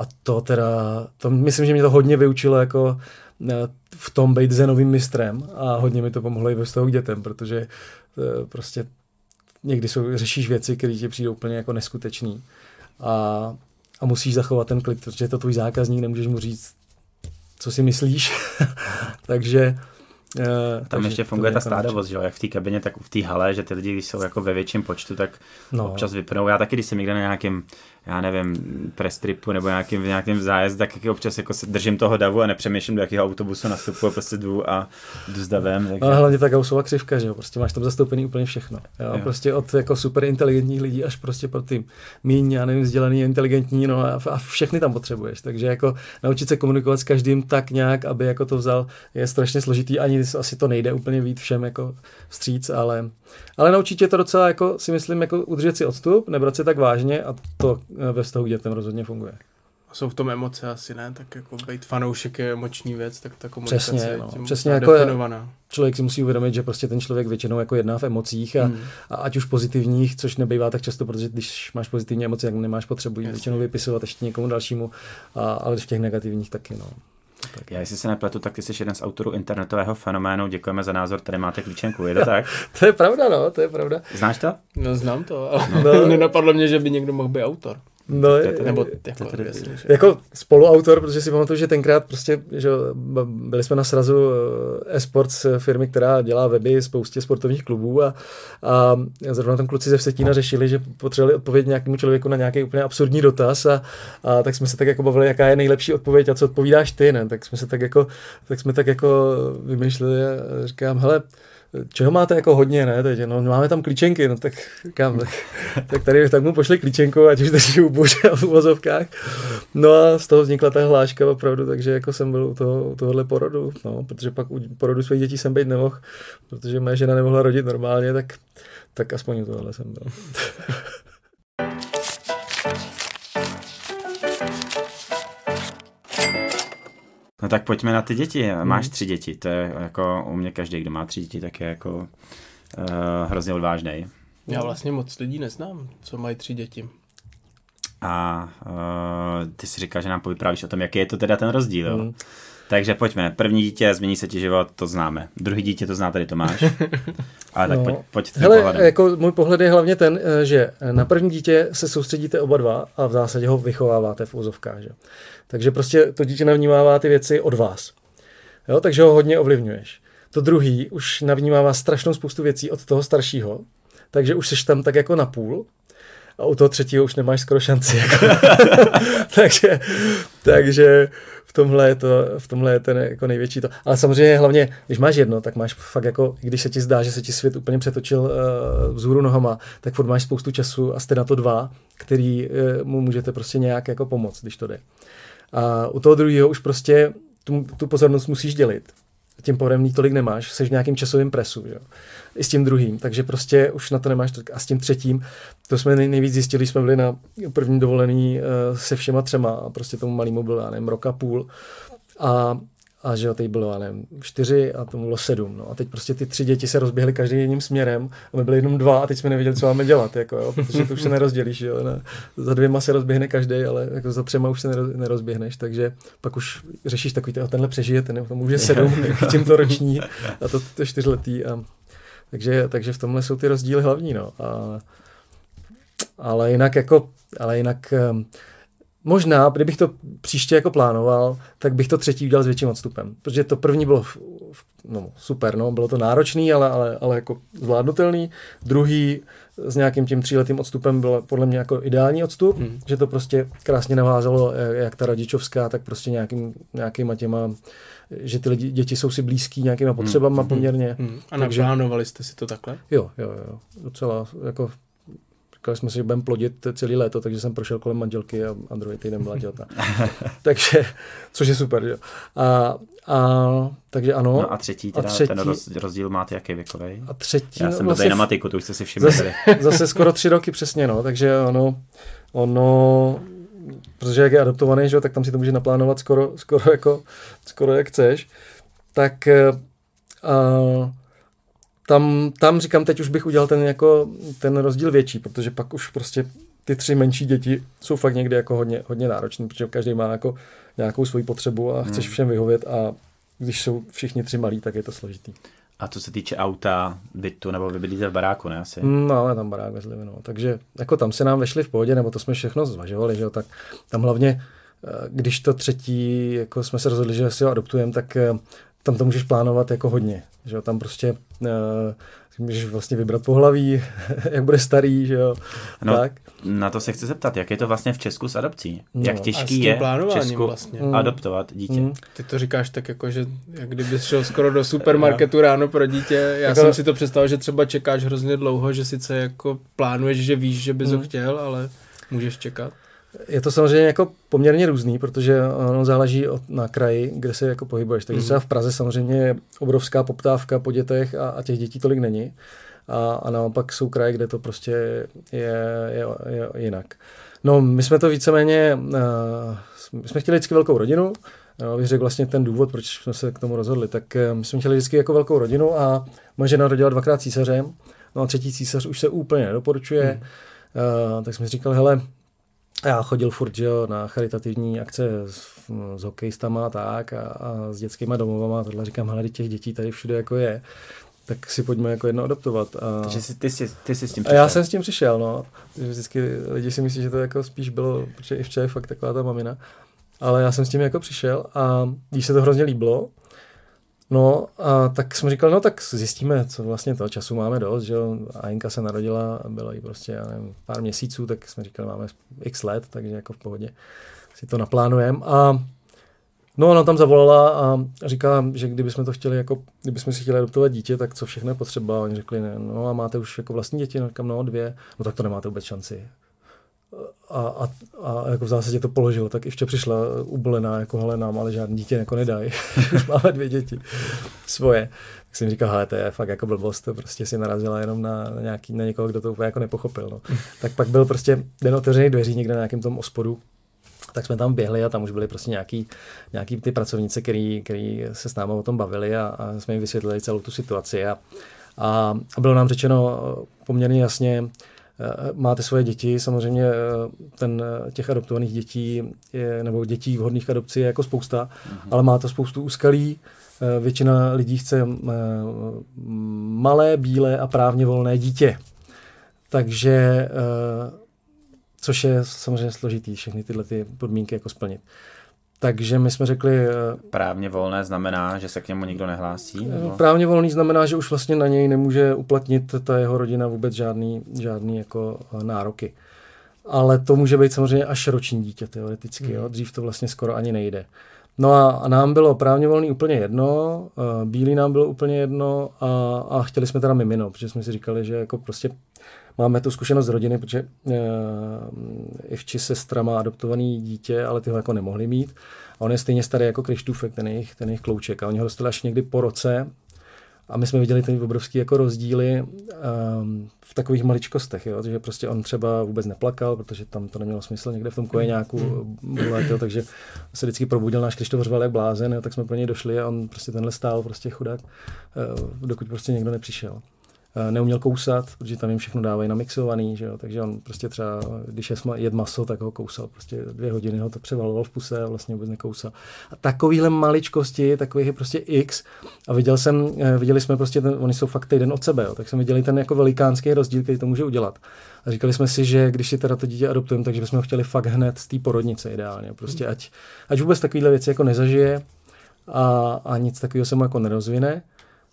[SPEAKER 1] to myslím, že mě to hodně vyučilo jako v tom být zenovým mistrem a hodně mi to pomohlo i ve vztahu k dětem, protože prostě někdy řešíš věci, které ti přijdou úplně jako neskutečný a musíš zachovat ten klid, protože je to tvůj zákazník, nemůžeš mu říct, co si myslíš. Takže
[SPEAKER 2] tam ještě funguje ta stádovost, že jo, jak v té kabině, tak v té hale, že ty lidi, když jsou jako ve větším počtu, tak občas vypnou. Já taky, když jsem někde na nějakém, já nevím, press tripu nebo nějakým zájezdu, tak taky občas jako se držím toho davu a nepřemýšlím, do jakého autobusu nastupuji, prostě jdu s davem. Takže...
[SPEAKER 1] No, hlavně ta Gaussova křivka, že jo, prostě máš tam zastoupený úplně všechno. Jo? Prostě od jako super inteligentních lidí až prostě po ty míň, já nevím, vzdělaný, inteligentní, no a všechny tam potřebuješ. Takže jako naučit se komunikovat s každým tak nějak, aby jako to vzal, je strašně složitý, ani asi to nejde úplně vít všem jako vstříc, ale naučit tě to docela, jako si myslím, jako udržet si odstup, nebrat se tak vážně a to ve vztahu k dětem rozhodně funguje.
[SPEAKER 6] Jsou v tom emoce asi, ne? Tak jako být fanoušek je emoční věc, tak ta komunikace
[SPEAKER 1] přesně
[SPEAKER 6] je
[SPEAKER 1] jako
[SPEAKER 6] definovaná.
[SPEAKER 1] Člověk si musí uvědomit, že prostě ten člověk většinou jako jedná v emocích a ať už pozitivních, což nebývá tak často, protože když máš pozitivní emoce, tak nemáš potřebu většinou vypisovat ještě někomu dalšímu, ale v těch negativních taky, no.
[SPEAKER 2] Tak. Já jestli se nepletu, tak ty jsi jeden z autorů internetového fenoménu. Děkujeme za názor, tady máte klíčenku, je to tak?
[SPEAKER 1] To je pravda, no, to je pravda.
[SPEAKER 2] Znáš to?
[SPEAKER 6] No, znám to, ale nenapadlo mě, že by někdo mohl být autor.
[SPEAKER 1] No,
[SPEAKER 6] nebo
[SPEAKER 1] jako spoluautor, protože si pamatuju, že tenkrát prostě, že byli jsme na srazu eSports firmy, která dělá weby spoustě sportovních klubů a zrovna tam kluci ze Vsetína řešili, že potřebovali odpovědět nějakému člověku na nějaký úplně absurdní dotaz a tak jsme se tak jako bavili, jaká je nejlepší odpověď a co odpovídáš ty, ne? Tak jsme tak jako vymýšleli a říkám, hele, čeho máte jako hodně, ne, teď, no máme tam klíčenky, no tak říkám, tak tady tak mu pošli klíčenku, ať už drží u bůře a v uvozovkách. No a z toho vznikla ta hláška opravdu, takže jako jsem byl u tohohle porodu, no, protože pak u porodu svých dětí jsem být nemohl, protože moje žena nemohla rodit normálně, tak aspoň u tohohle jsem byl.
[SPEAKER 2] No tak pojďme na ty děti. Máš 3 děti, to je jako u mě každý, kdo má 3 děti, tak je jako hrozně odvážnej.
[SPEAKER 6] Já vlastně moc lidí neznám, co mají 3 děti.
[SPEAKER 2] A ty si říkáš, že nám povyprávíš o tom, jaký je to teda ten rozdíl, jo? Takže pojďme. První dítě, změní se ti život, to známe. Druhý dítě, to zná tady Tomáš. Ale tak pojď
[SPEAKER 1] hele, jako můj pohled je hlavně ten, že na první dítě se soustředíte oba dva a v zásadě ho vychováváte v úzovkách. Že? Takže prostě to dítě navnímává ty věci od vás. Jo? Takže ho hodně ovlivňuješ. To druhý už navnímává strašnou spoustu věcí od toho staršího, takže už seš tam tak jako na půl. A u toho třetího už nemáš skoro šanci. Jako. takže v tomhle je ten jako největší to. Ale samozřejmě hlavně, když máš jedno, tak máš fakt jako, když se ti zdá, že se ti svět úplně přetočil vzhůru nohama, tak furt máš spoustu času a jste na to dva, který mu můžete prostě nějak jako pomoct, když to jde. A u toho druhého už prostě tu pozornost musíš dělit. Tím pádem tolik nemáš, jsi v nějakým časovém presu, jo. I s tím druhým, takže prostě už na to nemáš tolik. A s tím třetím, to jsme nejvíc zjistili, jsme byli na první dovolený se všema třema a prostě tomu malému bylo, já nevím, rok a půl a že jo, teď bylo, já nevím, 4 a tomu bylo 7, no a teď prostě ty 3 děti se rozběhly každý jedním směrem a my byli jenom 2 a teď jsme nevěděli, co máme dělat, jako jo, protože to už se nerozdělíš, jo, ne? Za 2 se rozběhne každý, ale jako za 3 už se nerozběhneš, takže pak už řešíš takový, tenhle přežije, ten může 7, chytím to roční a to 4letý a takže v tomhle jsou ty rozdíly hlavní, no. Ale jinak možná, kdybych to příště jako plánoval, tak bych to třetí udělal s větším odstupem. Protože to první bylo super, no, bylo to náročný, ale jako zvládnutelný. Druhý s nějakým tím 3letým odstupem byl podle mě jako ideální odstup, že to prostě krásně navázalo jak ta rodičovská, tak prostě nějakýma těma, že ty děti jsou si blízký nějakýma potřebama poměrně.
[SPEAKER 6] A naplánovali jste si to takhle?
[SPEAKER 1] Jo. Docela jako říkali jsme si, že budeme plodit celý léto, takže jsem prošel kolem manželky a druhý týden byla těhotná. Takže, což je super, že? Takže ano.
[SPEAKER 2] No a třetí, ten rozdíl máte jaký věkovej?
[SPEAKER 1] A třetí,
[SPEAKER 2] já jsem dobrý na matiku, to už jste si všimli.
[SPEAKER 1] Zase skoro 3 roky přesně, no, takže ono, protože jak je adoptovaný, že, tak tam si to může naplánovat skoro jak chceš, tak tam říkám, teď už bych udělal ten rozdíl větší, protože pak už prostě ty 3 menší děti jsou fakt někdy jako hodně náročný, protože každý má jako nějakou svoji potřebu a chceš všem vyhovět a když jsou všichni 3 malí, tak je to složitý.
[SPEAKER 2] A co se týče auta, bytu, nebo vy bydlíte v baráku, ne asi?
[SPEAKER 1] Máme tam barák ve Zlivě, no. Takže jako tam se nám vešli v pohodě, nebo to jsme všechno zvažovali, že jo, tak tam hlavně, když to třetí, jako jsme se rozhodli, že si ho adoptujeme, tak tam to můžeš plánovat jako hodně, že jo, tam prostě můžeš vlastně vybrat pohlaví, jak bude starý, že jo,
[SPEAKER 2] no,
[SPEAKER 1] tak.
[SPEAKER 2] Na to se chci zeptat, jak je to vlastně v Česku s adopcí? Jak těžký je v Česku vlastně adoptovat dítě?
[SPEAKER 6] Ty to říkáš tak jako, že jak kdybys šel skoro do supermarketu ráno pro dítě, já jsem si to představil, že třeba čekáš hrozně dlouho, že sice jako plánuješ, že víš, že bys ho chtěl, ale můžeš čekat.
[SPEAKER 1] Je to samozřejmě jako poměrně různý, protože ono záleží na kraji, kde se jako pohybuješ. Takže třeba v Praze samozřejmě je obrovská poptávka po dětech a těch dětí tolik není. A naopak jsou kraje, kde to prostě je jinak. No, my jsme to víceméně, my jsme chtěli vždycky velkou rodinu, bych řekl vlastně ten důvod, proč jsme se k tomu rozhodli, tak my jsme chtěli vždycky jako velkou rodinu a moje žena rodila 2krát císařem, no a 3. císař už se úplně nedoporučuje, tak jsme si říkali, hele, já chodil furt, že jo, na charitativní akce s hokejistama a s dětskýma domovama a tohle říkám, hele, těch dětí tady všude jako je, tak si pojďme jako jedno adoptovat.
[SPEAKER 2] Takže ty jsi s tím
[SPEAKER 1] přišel? A já jsem s tím přišel, no. Vždycky lidi si myslí, že to jako spíš bylo, protože i včera je fakt taková ta mamina, ale já jsem s tím jako přišel a když se to hrozně líbilo, no a tak jsme říkali, no tak zjistíme, co vlastně toho času máme dost, že jo, Ajinka se narodila, bylo jí prostě, já nevím, pár měsíců, tak jsme říkali, máme x let, takže jako v pohodě si to naplánujeme a no ona tam zavolala a říká, že kdybychom si chtěli adoptovat dítě, tak co všechno je potřeba, oni řekli, ne, no a máte už jako vlastní děti, no říkám, no 2, no tak to nemáte vůbec šanci. A jako v zásadě to položilo, tak i včera přišla ubolená, jako hele, nám ale žádný dítě jako nedají, už máme 2 děti svoje. Tak jsem říkal, hele, to je fakt jako blbost, to prostě si narazila jenom na někoho, kdo to úplně jako nepochopil. No. Tak pak byl prostě den otevřených dveří někde na nějakém tom ospodu, tak jsme tam běhli a tam už byli prostě nějaký ty pracovnice, který se s námi o tom bavili a jsme jim vysvětlili celou tu situaci a bylo nám řečeno poměrně jasně, máte svoje děti, samozřejmě těch adoptovaných dětí nebo dětí vhodných k adopci je jako spousta, ale má to spoustu úskalí. Většina lidí chce malé, bílé a právně volné dítě. Takže, což je samozřejmě složitý, všechny tyhle ty podmínky jako splnit. Takže my jsme řekli...
[SPEAKER 2] Právně volné znamená, že se k němu nikdo nehlásí? Nebo?
[SPEAKER 1] Právně volný znamená, že už vlastně na něj nemůže uplatnit ta jeho rodina vůbec žádný jako nároky. Ale to může být samozřejmě až roční dítě teoreticky. Jo? Dřív to vlastně skoro ani nejde. No a nám bylo právně volný úplně jedno, bílý nám bylo úplně jedno a chtěli jsme teda mimino, protože jsme si říkali, že jako prostě máme tu zkušenost z rodiny, protože Ivči sestra má adoptovaný dítě, ale ty ho jako nemohli mít. A on je stejně starý jako Krištůfek, ten jejich klouček. A oni ho dostali až někdy po roce. A my jsme viděli ty obrovský jako rozdíly v takových maličkostech, jo? Takže prostě on třeba vůbec neplakal, protože tam to nemělo smysl, někde v tom kojeňáku bulet, takže se vždycky probudil, náš Krištof řval jak blázen, jo? Tak jsme pro něj došli a on prostě tenhle stál prostě chudák, dokud prostě někdo nepřišel. Neuměl kousat, protože tam jim všechno dávají namixovaný, že jo? Takže on prostě třeba, když jed maso, tak ho kousal, prostě 2 hodiny ho to převaloval v puse a vlastně vůbec nekousal. A takovýhle maličkosti, takových je prostě X a viděli jsme prostě, oni jsou fakt týden od sebe, jo? Tak jsme viděli ten jako velikánský rozdíl, který to může udělat. A říkali jsme si, že když si teda to dítě adoptujeme, takže bychom ho chtěli fakt hned z té porodnice ideálně, prostě ať vůbec takovýhle věci jako nezažije a nic takového se mu jako nerozvine.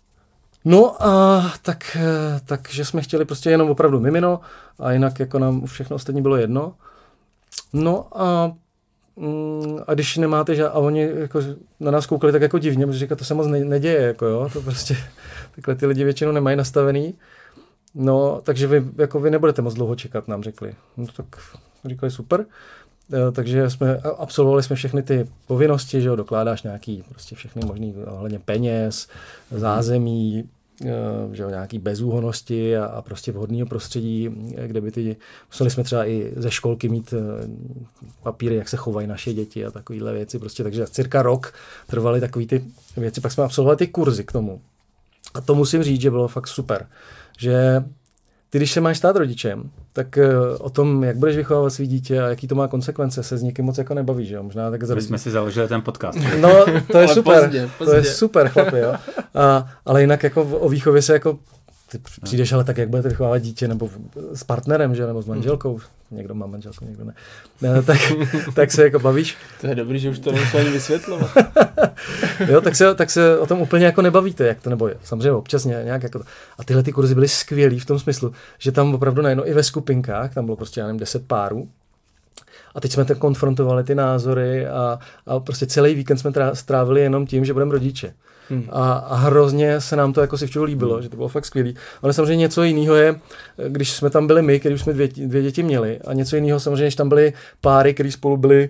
[SPEAKER 1] No a takže jsme chtěli prostě jenom opravdu mimino a jinak jako nám všechno ostatní bylo jedno. No a když nemáte a oni jako na nás koukali tak jako divně, protože říká, to se moc neděje, jako jo, to prostě takhle ty lidi většinou nemají nastavený. No, takže vy nebudete moc dlouho čekat, nám řekli. No tak říkali super. Takže absolvovali jsme všechny ty povinnosti, že jo, dokládáš nějaký prostě všechny možný ohledně peněz, zázemí, že jo, nějaký bezúhonnosti a prostě vhodného prostředí, kde by museli jsme třeba i ze školky mít papíry, jak se chovají naše děti a takovéhle věci, prostě takže cirka rok trvaly takové ty věci, pak jsme absolvovali ty kurzy k tomu. A to musím říct, že bylo fakt super, že ty, když se máš stát rodičem, tak o tom, jak budeš vychovávat svý dítě a jaký to má konsekvence, se s někým moc jako nebavíš, že jo? Možná tak
[SPEAKER 2] My jsme si založili ten podcast.
[SPEAKER 1] No, to je super.
[SPEAKER 6] Pozdě.
[SPEAKER 1] To je super, chlapi, jo. Ale jinak jako o výchově se jako ty přijdeš, ale tak jak budete vychovávat dítě, nebo s partnerem, že, nebo s manželkou, někdo má manželku, někdo ne, tak se jako bavíš.
[SPEAKER 6] To je dobrý, že už to nemusím ani vysvětlovat.
[SPEAKER 1] Jo, tak se o tom úplně jako nebavíte, jak to nebo je. Samozřejmě občas nějak jako to. A tyhle ty kurzy byly skvělý v tom smyslu, že tam opravdu najednou i ve skupinkách, tam bylo prostě, já nevím, 10 párů. A teď jsme tak konfrontovali ty názory a prostě celý víkend jsme strávili jenom tím, že budeme rodiče. A hrozně se nám to jako si včeho líbilo, že to bylo fakt skvělý. Ale samozřejmě něco jiného je, když jsme tam byli my, když jsme dvě děti měli, a něco jiného samozřejmě, když tam byly páry, kteří spolu byli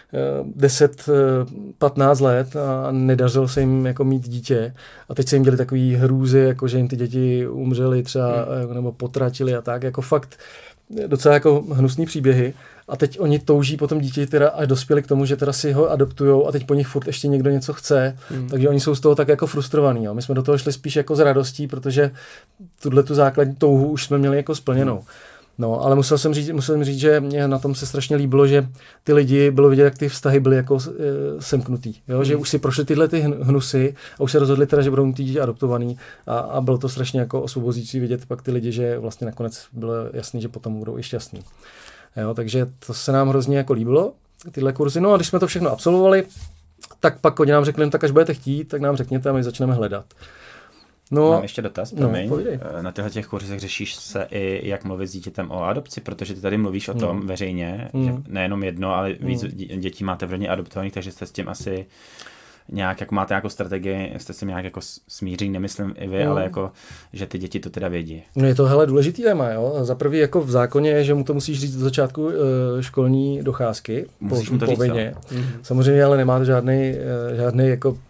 [SPEAKER 1] 10-15 let a nedařilo se jim jako mít dítě. A teď se jim děli takový hrůzy, jako že jim ty děti umřely třeba nebo potratili a tak, jako fakt docela jako hnusný příběhy. A teď oni touží po tom dítěti teda až dospěli k tomu, že teda si ho adoptujou a teď po nich furt ještě někdo něco chce. Takže oni jsou z toho tak jako frustrovaní. Jo. My jsme do toho šli spíš jako s radostí, protože tu základní touhu už jsme měli jako splněnou. No, ale musím říct, že mě na tom se strašně líbilo, že ty lidi, bylo vidět, jak ty vztahy byly jako semknutý. Jo? Že už si prošli tyhle ty hnusy a už se rozhodli teda, že budou mít ty dítě adoptovaný a bylo to strašně jako osvobozící vidět pak ty lidi, že vlastně nakonec bylo jasný, že potom budou i šťastní. Jo? Takže to se nám hrozně jako líbilo, tyhle kurzy. No a když jsme to všechno absolvovali, tak pak oni nám řekli, tak až budete chtít, tak nám řekněte a my začneme hledat. No,
[SPEAKER 2] mám ještě dotaz, promiň.
[SPEAKER 1] No,
[SPEAKER 2] na těchto těch kurzech řešíš se i, jak mluvit s dítětem o adopci, protože ty tady mluvíš o tom veřejně, že nejenom jedno, ale víc dětí máte v rodině adoptovaných, takže jste s tím asi nějak, jak máte nějakou strategii, jste si nějak jako smíří, nemyslím i vy, ale jako, že ty děti to teda vědí. No
[SPEAKER 1] je to hele důležitý téma, jo. Za prvý jako v zákoně je, že mu to musíš říct do začátku školní docházky.
[SPEAKER 2] Musíš mu to
[SPEAKER 1] povinně. Říct, samozřejmě, ale nemá to žádný jako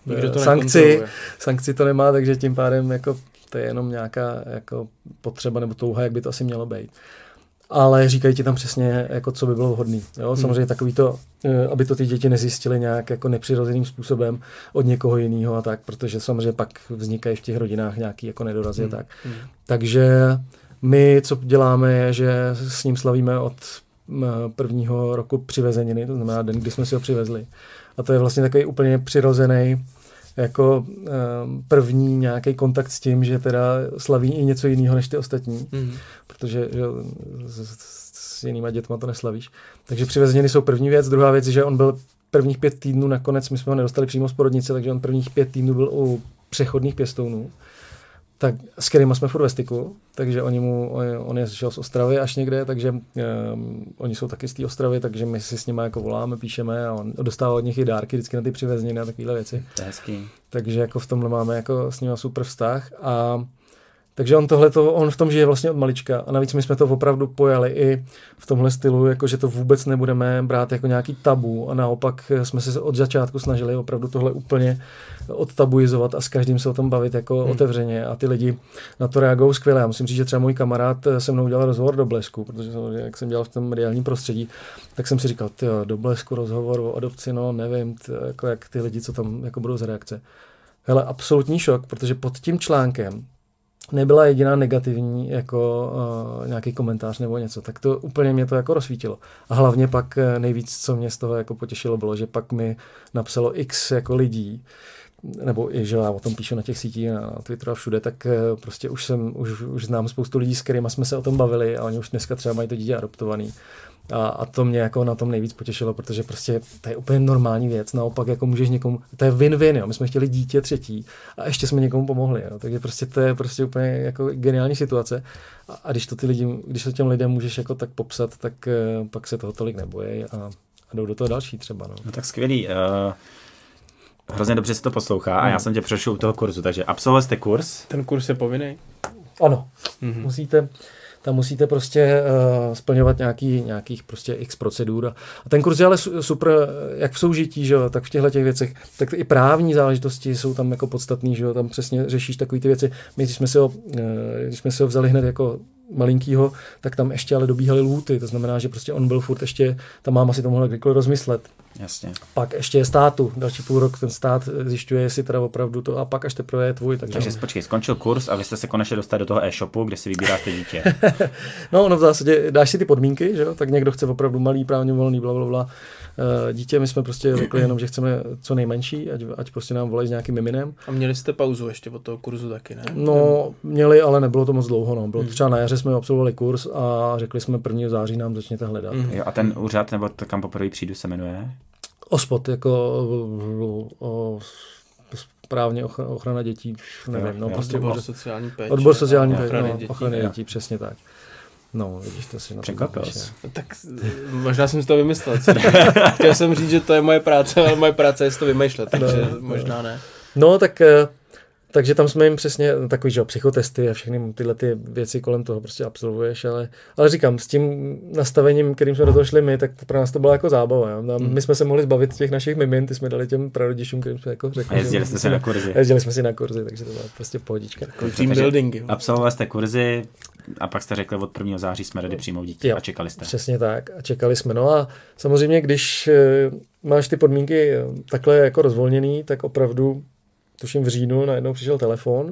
[SPEAKER 1] sankci to nemá, takže tím pádem jako to je jenom nějaká jako potřeba nebo touha, jak by to asi mělo být. Ale říkají ti tam přesně, jako co by bylo vhodné. Samozřejmě takový to, aby to ty děti nezjistily nějak jako nepřirozeným způsobem od někoho jiného a tak, protože samozřejmě pak vznikají v těch rodinách nějaký jako nedorazy a tak. Takže my, co děláme, je, že s ním slavíme od prvního roku přivezeniny, to znamená den, kdy jsme si ho přivezli. A to je vlastně takový úplně přirozený jako první nějaký kontakt s tím, že teda slaví i něco jiného než ty ostatní, protože že, s jinýma dětma to neslavíš. Takže přivezeniny jsou první věc. Druhá věc je, že on byl prvních 5 týdnů, nakonec my jsme ho nedostali přímo z porodnice, takže on prvních 5 týdnů byl u přechodných pěstounů. tak s kterýma jsme furt ve styku, takže on je šel z Ostravy až někde, takže oni jsou taky z té Ostravy, takže my si s nimi jako voláme, píšeme a on dostává od nich i dárky vždycky na ty přivezeniny a takovéhle věci.
[SPEAKER 2] To je hezký.
[SPEAKER 1] Takže jako v tomhle máme jako s nimi super vztah a takže on v tom žije vlastně od malička a navíc my jsme to opravdu pojali i v tomhle stylu, jako že to vůbec nebudeme brát jako nějaký tabu a naopak jsme se od začátku snažili opravdu tohle úplně odtabuizovat a s každým se o tom bavit jako otevřeně a ty lidi na to reagují skvěle. Já musím říct, že třeba můj kamarád se mnou udělal rozhovor do Blesku, protože jak jsem dělal v tom mediálním prostředí, tak jsem si říkal, tyjo, do Blesku rozhovor o adopci, no nevím, jako jak ty lidi, co tam jako budou za reakce. Hele, absolutní šok, protože pod tím článkem nebyla jediná negativní jako nějaký komentář nebo něco, tak to úplně mě to jako rozsvítilo. A hlavně pak nejvíc, co mě z toho jako potěšilo, bylo, že pak mi napsalo x jako lidí, nebo i, že já o tom píšu na těch sítích, na Twitteru a všude, tak prostě už znám spoustu lidí, s kterými jsme se o tom bavili a oni už dneska třeba mají to dítě adoptovaný. A to mě jako na tom nejvíc potěšilo, protože prostě to je úplně normální věc. Naopak jako můžeš někomu, to je win-win, jo. My jsme chtěli dítě třetí a ještě jsme někomu pomohli, jo. Takže prostě to je prostě úplně jako geniální situace. A když to těm lidem můžeš jako tak popsat, tak pak se toho tolik nebojí a jdou do toho další třeba, no.
[SPEAKER 2] No tak skvělý. Hrozně dobře si to poslouchá a já jsem tě přešel u toho kurzu, takže absolvovali jste kurz.
[SPEAKER 6] Ten kurz je povinný?
[SPEAKER 1] Ano, musíte prostě splňovat nějakých prostě x procedur. A ten kurz je ale super, jak v soužití, že jo, tak v těchto těch věcech, tak i právní záležitosti jsou tam jako podstatný, že jo, tam přesně řešíš takové ty věci. My, když jsme si ho vzali hned jako malinkýho, tak tam ještě ale dobíhaly lhůty, to znamená, že prostě on byl furt ještě, ta máma si to mohla kdykoliv rozmyslet.
[SPEAKER 2] Jasně.
[SPEAKER 1] Pak ještě je státu, další půl rok ten stát zjišťuje, jestli teda opravdu to a pak až teprve je tvůj.
[SPEAKER 2] Takže počkej, skončil kurz a vy jste se konečně dostali do toho e-shopu, kde si vybíráte dítě.
[SPEAKER 1] No v zásadě dáš si ty podmínky, že jo, tak někdo chce opravdu malý, právně volný, blablabla. Dítě, my jsme prostě řekli jenom, že chceme co nejmenší, ať prostě nám volají s nějakým miminem.
[SPEAKER 6] A měli jste pauzu ještě od toho kurzu taky, ne?
[SPEAKER 1] No, měli, ale nebylo to moc dlouho, no. Bylo třeba na jaře jsme absolvovali kurz a řekli jsme 1. září nám začněte hledat.
[SPEAKER 2] Jo, a ten úřad, nebo to, kam poprvé přijdu, se jmenuje?
[SPEAKER 1] OSPOD, jako správně ochrana dětí, nevím, no prostě
[SPEAKER 6] odbor sociální péče.
[SPEAKER 1] Odbor sociální péče,
[SPEAKER 6] ochrany
[SPEAKER 1] dětí, přesně tak. No, vidíš, to si na to
[SPEAKER 2] překvapil.
[SPEAKER 6] Tak možná jsem si to vymyslel. Chtěl jsem říct, že to je moje práce, ale moje práce je si to vymýšlet, takže možná ne.
[SPEAKER 1] No, takže tam jsme jim přesně takový, že psychotesty a všechny tyhle ty věci kolem toho prostě absolvuješ, ale říkám, s tím nastavením, kterým jsme do toho šli my, tak pro nás to byla jako zábava. Jo? My jsme se mohli zbavit těch našich mimin, ty jsme dali těm prarodičům, kterým jsme jako řekli.
[SPEAKER 2] A jezdili jste si na kurzy.
[SPEAKER 1] Jezdili jsme si na kurzy, takže to byla prostě pohodička.
[SPEAKER 6] Team building.
[SPEAKER 2] Absolvovali jste kurzy a pak jste řekli, od 1. září jsme ready přijmout dítě a čekali jste.
[SPEAKER 1] Přesně tak a čekali jsme. No a samozřejmě, když máš ty podmínky takhle jako rozvolněný, tak opravdu tuším v říjnu najednou přišel telefon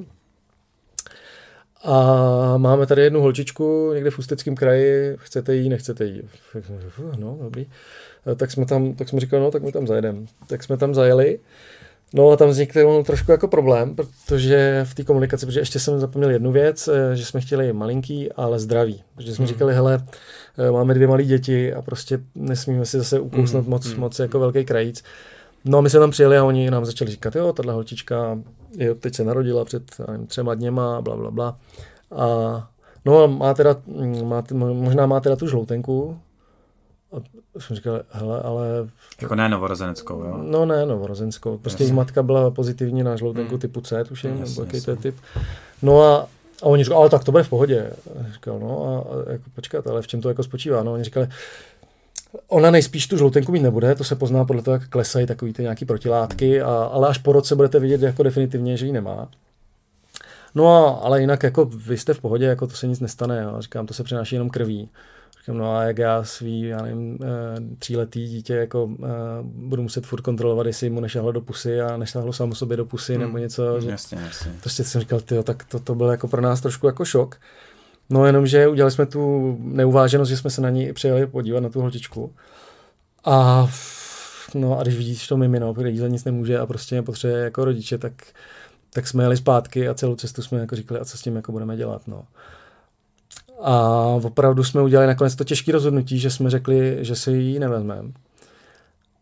[SPEAKER 1] a máme tady jednu holčičku někde v Ústeckém kraji, chcete jí, nechcete jí. No, dobrý. Tak jsme říkali, no, tak my tam zajedeme. Tak jsme tam zajeli. No a tam vznikl trošku jako problém, protože v té komunikaci, protože ještě jsem zapomněl jednu věc, že jsme chtěli malinký, ale zdravý. Protože jsme říkali, hele, máme 2 malé děti a prostě nesmíme si zase ukousnout moc jako velký krajíc. No a my jsme tam přijeli a oni nám začali říkat, jo, tahle holčička teď se narodila před 3 dněma, blablabla. A no a možná má teda tu žloutenku. A jsem říkal, hele, ale...
[SPEAKER 2] Jako ne novorozeneckou, jo?
[SPEAKER 1] No ne novorozenskou. Prostě její matka byla pozitivní na žloutenku typu C, tuším, nebo jaký to je typ. No a oni říkali, ale tak to bude v pohodě. A říkal, no a jako počkat, ale v čem to jako spočívá? No oni říkali, ona nejspíš tu žloutenku mít nebude, to se pozná podle toho, jak klesají takový ty nějaký protilátky, ale až po roce budete vidět jako definitivně, že ji nemá. No ale jinak jako vy jste v pohodě, jako to se nic nestane, jo. Říkám, to se přenáší jenom krví. Říkám, no a jak já svý, já nevím, 3letý dítě jako budu muset furt kontrolovat, jestli mu nešahlo do pusy a nešahlo samo sobě do pusy nebo něco.
[SPEAKER 2] Jasně.
[SPEAKER 1] Prostě jsem říkal, tyjo, tak to byl jako pro nás trošku jako šok. No jenom, že udělali jsme tu neuváženost, že jsme se na ní přijeli podívat na tu holčičku. A když vidíš to mimino, který za nic nemůže a prostě potřebuje jako rodiče, tak jsme jeli zpátky a celou cestu jsme jako říkali, a co s tím jako budeme dělat. No. A opravdu jsme udělali nakonec to těžké rozhodnutí, že jsme řekli, že si ji nevezmeme.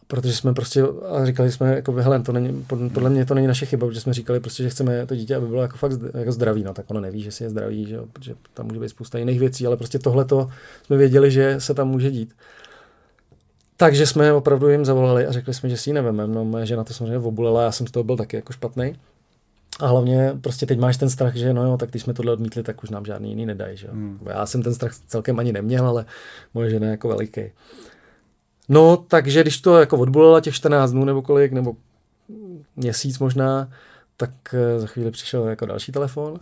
[SPEAKER 1] Protože jsme prostě, a říkali jsme, jako hele, to není, podle mě to není naše chyba, protože jsme říkali prostě, že chceme to dítě, aby bylo jako fakt jako zdravý, no tak ono neví, že si je zdravý, že jo, protože tam může být spousta jiných věcí, ale prostě tohleto jsme věděli, že se tam může dít. Takže jsme opravdu jim zavolali a řekli jsme, že si ji nevememe, no moje žena to samozřejmě obulela, já jsem z toho byl taky jako špatnej. A hlavně prostě teď máš ten strach, že no jo, tak když jsme tohle odmítli, tak už nám žádný jiný nedají, že jo. Já jsem ten strach celkem ani neměl, ale moje žena je jako veliký. No, takže když to jako odbolela těch 14 dnů nebo kolik, nebo měsíc možná, tak za chvíli přišel jako další telefon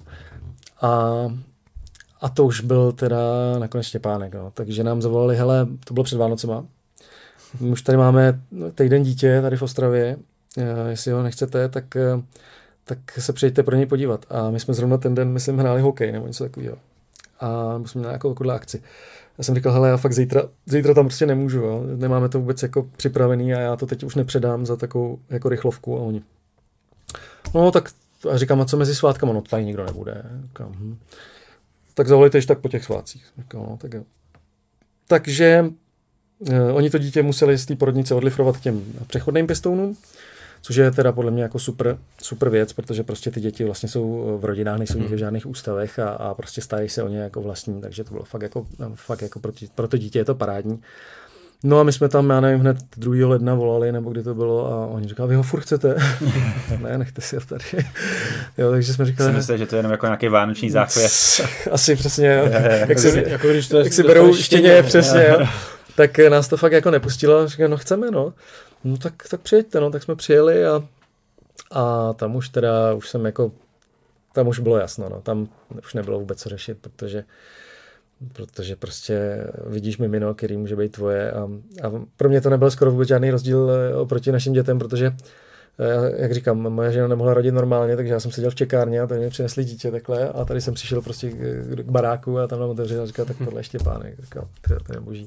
[SPEAKER 1] a to už byl teda nakonec Štěpánek, no. Takže nám zavolali, hele, to bylo před Vánocema, my už tady máme týden dítě tady v Ostravě, jestli ho nechcete, tak se přijďte pro něj podívat. A my jsme zrovna ten den, myslím, hráli hokej nebo něco takového. A jsme měli nějakou takovou akci. Já jsem říkal, hele, já fakt zítra tam prostě nemůžu, jo. Nemáme to vůbec jako připravený a já to teď už nepředám za takovou jako rychlovku. A oni, no tak, a říkám, a co mezi svátkama? No tady nikdo nebude. Říkám, Tak zavolejte již tak po těch svátcích. Říkám, no tak jo. Takže oni to dítě museli z té porodnice odlifrovat k těm přechodným pěstounům, což je teda podle mě jako super věc, protože prostě ty děti vlastně jsou v rodinách, nejsou nikde v žádných ústavech a prostě starají se o ně jako vlastní, takže to bylo fakt jako pro to dítě je to parádní. No a my jsme tam, já nevím, hned 2. ledna volali, nebo kdy to bylo, a oni říkali, vy ho furt chcete? Ne, nechte si ho tady. Jo, takže jsme říkali...
[SPEAKER 2] Myslím, že to je jenom jako nějaký vánoční záchvěv.
[SPEAKER 1] Asi přesně, jo. Jak si berou štěně, přesně, jo. Tak nás to fakt jako nepustilo, říkali, no chceme, no. No tak přijeďte, no, tak jsme přijeli a tam už teda, tam už bylo jasno, no, tam už nebylo vůbec co řešit, protože prostě vidíš mimino, který může být tvoje a pro mě to nebyl skoro vůbec žádný rozdíl oproti našim dětem, protože jak říkám, moje žena nemohla rodit normálně, takže já jsem seděl v čekárně a tady mi přinesli dítě takhle a tady jsem přišel prostě k baráku a tam nám otevřel a říkal, tak tohle je Štěpánek, říkal, to je boží.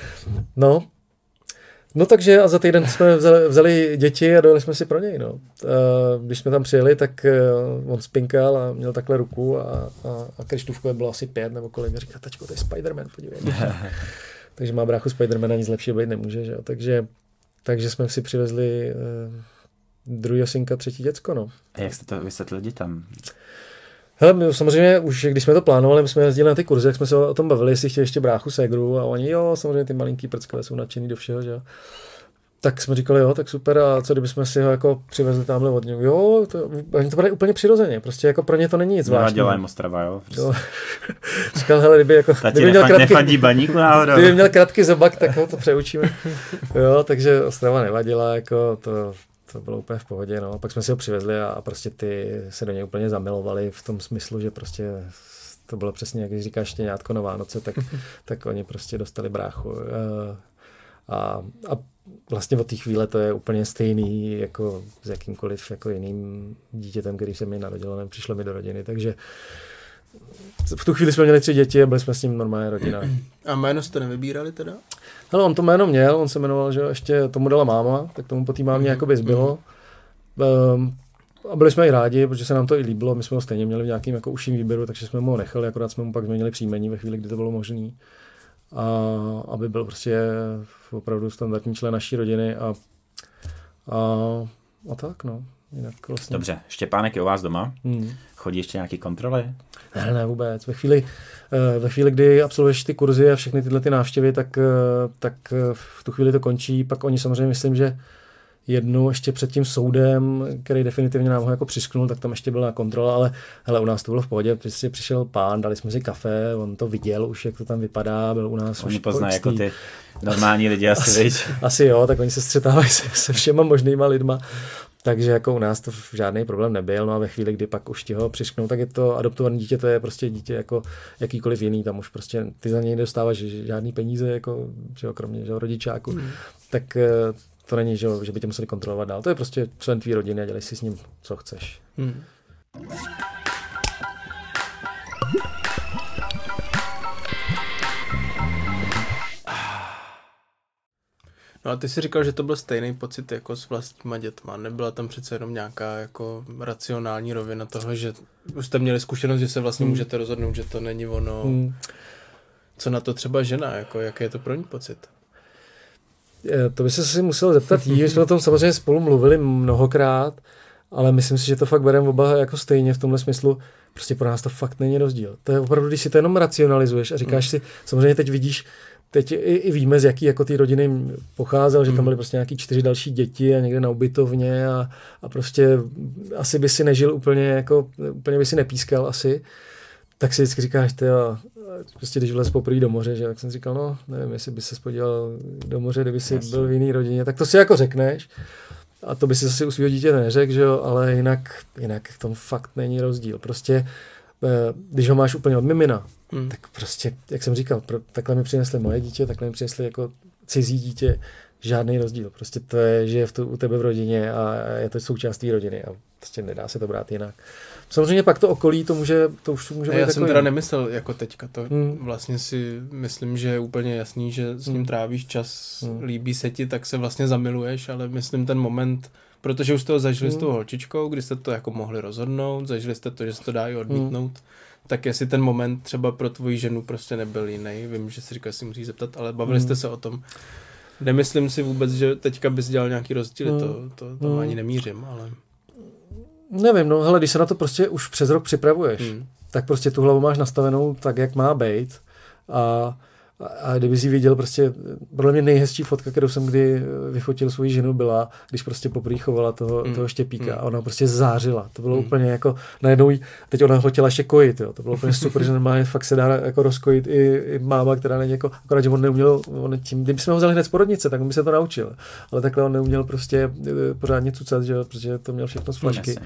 [SPEAKER 1] No takže a za týden jsme vzali děti a dojeli jsme si pro něj, no. Když jsme tam přijeli, tak on spinkal a měl takhle ruku a Krištůvkové bylo asi 5 nebo kolik a říká, tačko, to je Spider-Man, podívej. Takže má bráchu Spider-Mana, nic lepšího být nemůže, že jo. Takže jsme si přivezli druhého synka, 3. děcko, no.
[SPEAKER 2] A jak jste to vysvětlili dětem?
[SPEAKER 1] Hele, samozřejmě už když jsme to plánovali, my jsme jezdili na ty kurzy, jak jsme se o tom bavili, jestli chtěli ještě bráchu, ségru a oni, jo, samozřejmě ty malinký prckové jsou nadšený do všeho, že jo. Tak jsme říkali, jo, tak super, a co kdybychom si ho jako přivezli tamhle od něj? Jo, oni to bude úplně přirozeně, prostě jako pro ně to není nic zvláštního.
[SPEAKER 2] Dělají Ostrava, jo.
[SPEAKER 1] Říkal, hele, kdyby
[SPEAKER 2] nefandí baníku náhodou.
[SPEAKER 1] Kdyby měl krátký zobak, tak ho to přeučíme. Jo, takže Ostrava nevadila, jako to bylo úplně v pohodě, no. Pak jsme si ho přivezli a prostě ty se do něj úplně zamilovali v tom smyslu, že prostě to bylo přesně, jak říkáš, štěňátko na Vánoce, tak oni prostě dostali bráchu. A vlastně od té chvíle to je úplně stejný jako s jakýmkoliv jako jiným dítětem, který se mi narodilo, nebo přišlo mi do rodiny, takže v tu chvíli jsme měli 3 děti a byli jsme s ním normálně rodina.
[SPEAKER 6] A jméno jste nevybírali teda?
[SPEAKER 1] Hele, on to jméno měl, on se jmenoval, že ještě tomu dala máma, tak tomu po té mámě jakoby zbylo. A byli jsme i rádi, protože se nám to i líbilo, my jsme ho stejně měli v nějakým jako užším výběru, takže jsme mu ho nechali, akorát jsme mu pak změnili příjmení ve chvíli, kdy to bylo možné. A aby byl prostě opravdu standardní člen naší rodiny a tak, no. Jinak vlastně.
[SPEAKER 2] Dobře, Štěpánek je u vás doma? Chodí ještě nějaký kontroly?
[SPEAKER 1] Ne, vůbec. Ve chvíli, kdy absolvuješ ty kurzy a všechny tyhle ty návštěvy, tak v tu chvíli to končí. Pak oni samozřejmě myslím, že jednu ještě před tím soudem, který definitivně nám ho jako přisknul, tak tam ještě byla kontrola, ale hele, u nás to bylo v pohodě, přišel pán, dali jsme si kafe, on to viděl už, jak to tam vypadá, byl u nás.
[SPEAKER 2] Oni poznají jako ty normální lidi asi, víš?
[SPEAKER 1] Asi jo, tak oni se střetávají se všema možnýma lidma. Takže jako u nás to žádný problém nebyl, no a ve chvíli, kdy pak už ti ho přišknou, tak je to adoptované dítě, to je prostě dítě jako jakýkoliv jiný, tam už prostě ty za něj nedostáváš žádný peníze, jako, že jo, kromě že jo, rodičáku, tak to není, že by tě museli kontrolovat dál, to je prostě člen tvý rodiny a dělej si s ním, co chceš.
[SPEAKER 6] No a ty jsi říkal, že to byl stejný pocit jako s vlastníma dětma. Nebyla tam přece jenom nějaká jako racionální rovina toho, že už jste měli zkušenost, že se vlastně můžete rozhodnout, že to není ono. Co na to třeba žena, jako jaký je to pro ní pocit?
[SPEAKER 1] To by se si musel zeptat jí, jsme o tom samozřejmě spolu mluvili mnohokrát, ale myslím si, že to fakt bereme oba jako stejně v tomhle smyslu. Prostě pro nás to fakt není rozdíl. To je opravdu, když si to jenom racionalizuješ a říkáš si, samozřejmě teď vidíš, teď i víme, z jaký jako ty rodiny pocházel, že tam byly prostě nějaký 4 další děti a někde na ubytovně a prostě asi by si nežil úplně by si nepískal asi. Tak si vždycky říkáš, prostě když vlez poprvé do moře, že jak jsem říkal, no nevím, jestli by se podíval do moře, kdyby si byl v jiný rodině, tak to si jako řekneš. A to by si zase u svého dítěte neřekl, že jo, ale jinak v tom fakt není rozdíl. Prostě, když ho máš úplně od mimina, tak prostě, jak jsem říkal, takhle mi přinesli moje dítě, takhle mi přinesli jako cizí dítě, žádný rozdíl. Prostě to je, že je u tebe v rodině a je to součást té rodiny a prostě nedá se to brát jinak. Samozřejmě pak to okolí, to už může být.
[SPEAKER 6] Já jsem teda nemyslel jako teďka, to vlastně si myslím, že je úplně jasný, že s ním trávíš čas, líbí se ti, tak se vlastně zamiluješ, ale myslím ten moment, protože už jste ho zažili s tou holčičkou, kdy jste to jako mohli rozhodnout, zažili jste to, že se to dá i odmítnout, tak jestli ten moment třeba pro tvoji ženu prostě nebyl jiný, vím, že si říkal, že si musíš zeptat, ale bavili jste se o tom. Nemyslím si vůbec, že teďka bys dělal nějaký rozdíl, to ani nemířím, ale...
[SPEAKER 1] Nevím, no hele, když se na to prostě už přes rok připravuješ, tak prostě tu hlavu máš nastavenou tak, jak má být a kdyby si viděl prostě, podle mě nejhezčí fotka, kterou jsem kdy vyfotil svoji ženu, byla, když prostě poprvé chovala toho štěpíka a ona prostě zářila. To bylo úplně jako najednou, teď ona ho chtěla ještě kojit, jo. To bylo úplně super, že normálně fakt se dá jako rozkojit i máma, která není jako, akorát, že on neuměl, kdyby jsme ho vzali hned z porodnice, tak on by se to naučil. Ale takhle on neuměl prostě pořádně cucat, že jo, protože to měl všechno z flašky.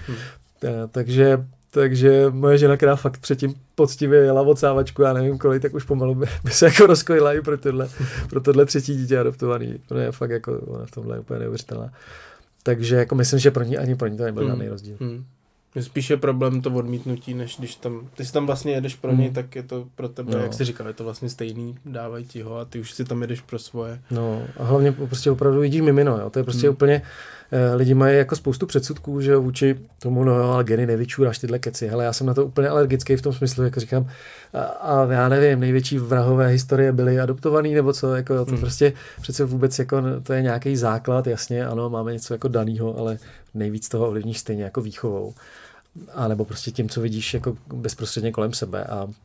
[SPEAKER 1] Takže moje žena, která fakt předtím poctivě jela odsávačku, já nevím kolik, tak už pomalu by se jako rozkojila i pro tohle třetí dítě adoptovaný. Ona je fakt jako, ona v tomhle je úplně neuvěřitelná. Takže jako myslím, že pro ní to nebyl žádný rozdíl.
[SPEAKER 6] Spíš je problém to odmítnutí, než když ty si tam vlastně jedeš pro něj, tak je to pro tebe, jak jsi říkal, je to vlastně stejný, dávají ti ho a ty už si tam jedeš pro svoje.
[SPEAKER 1] No a hlavně prostě opravdu vidíš mimino, jo, to je prostě úplně, lidi mají jako spoustu předsudků, že vůči tomu, no ale geny nevyčůráš tyhle keci, hele, já jsem na to úplně alergický v tom smyslu, jako říkám, a já nevím, největší vrahové historie byly adoptovaný, nebo co, jako to prostě přece vůbec jako, to je nějaký základ, jasně, ano, máme něco jako danýho, ale nejvíc toho ovlivníš stejně jako výchovou. A nebo prostě tím, co vidíš jako bezprostředně kolem sebe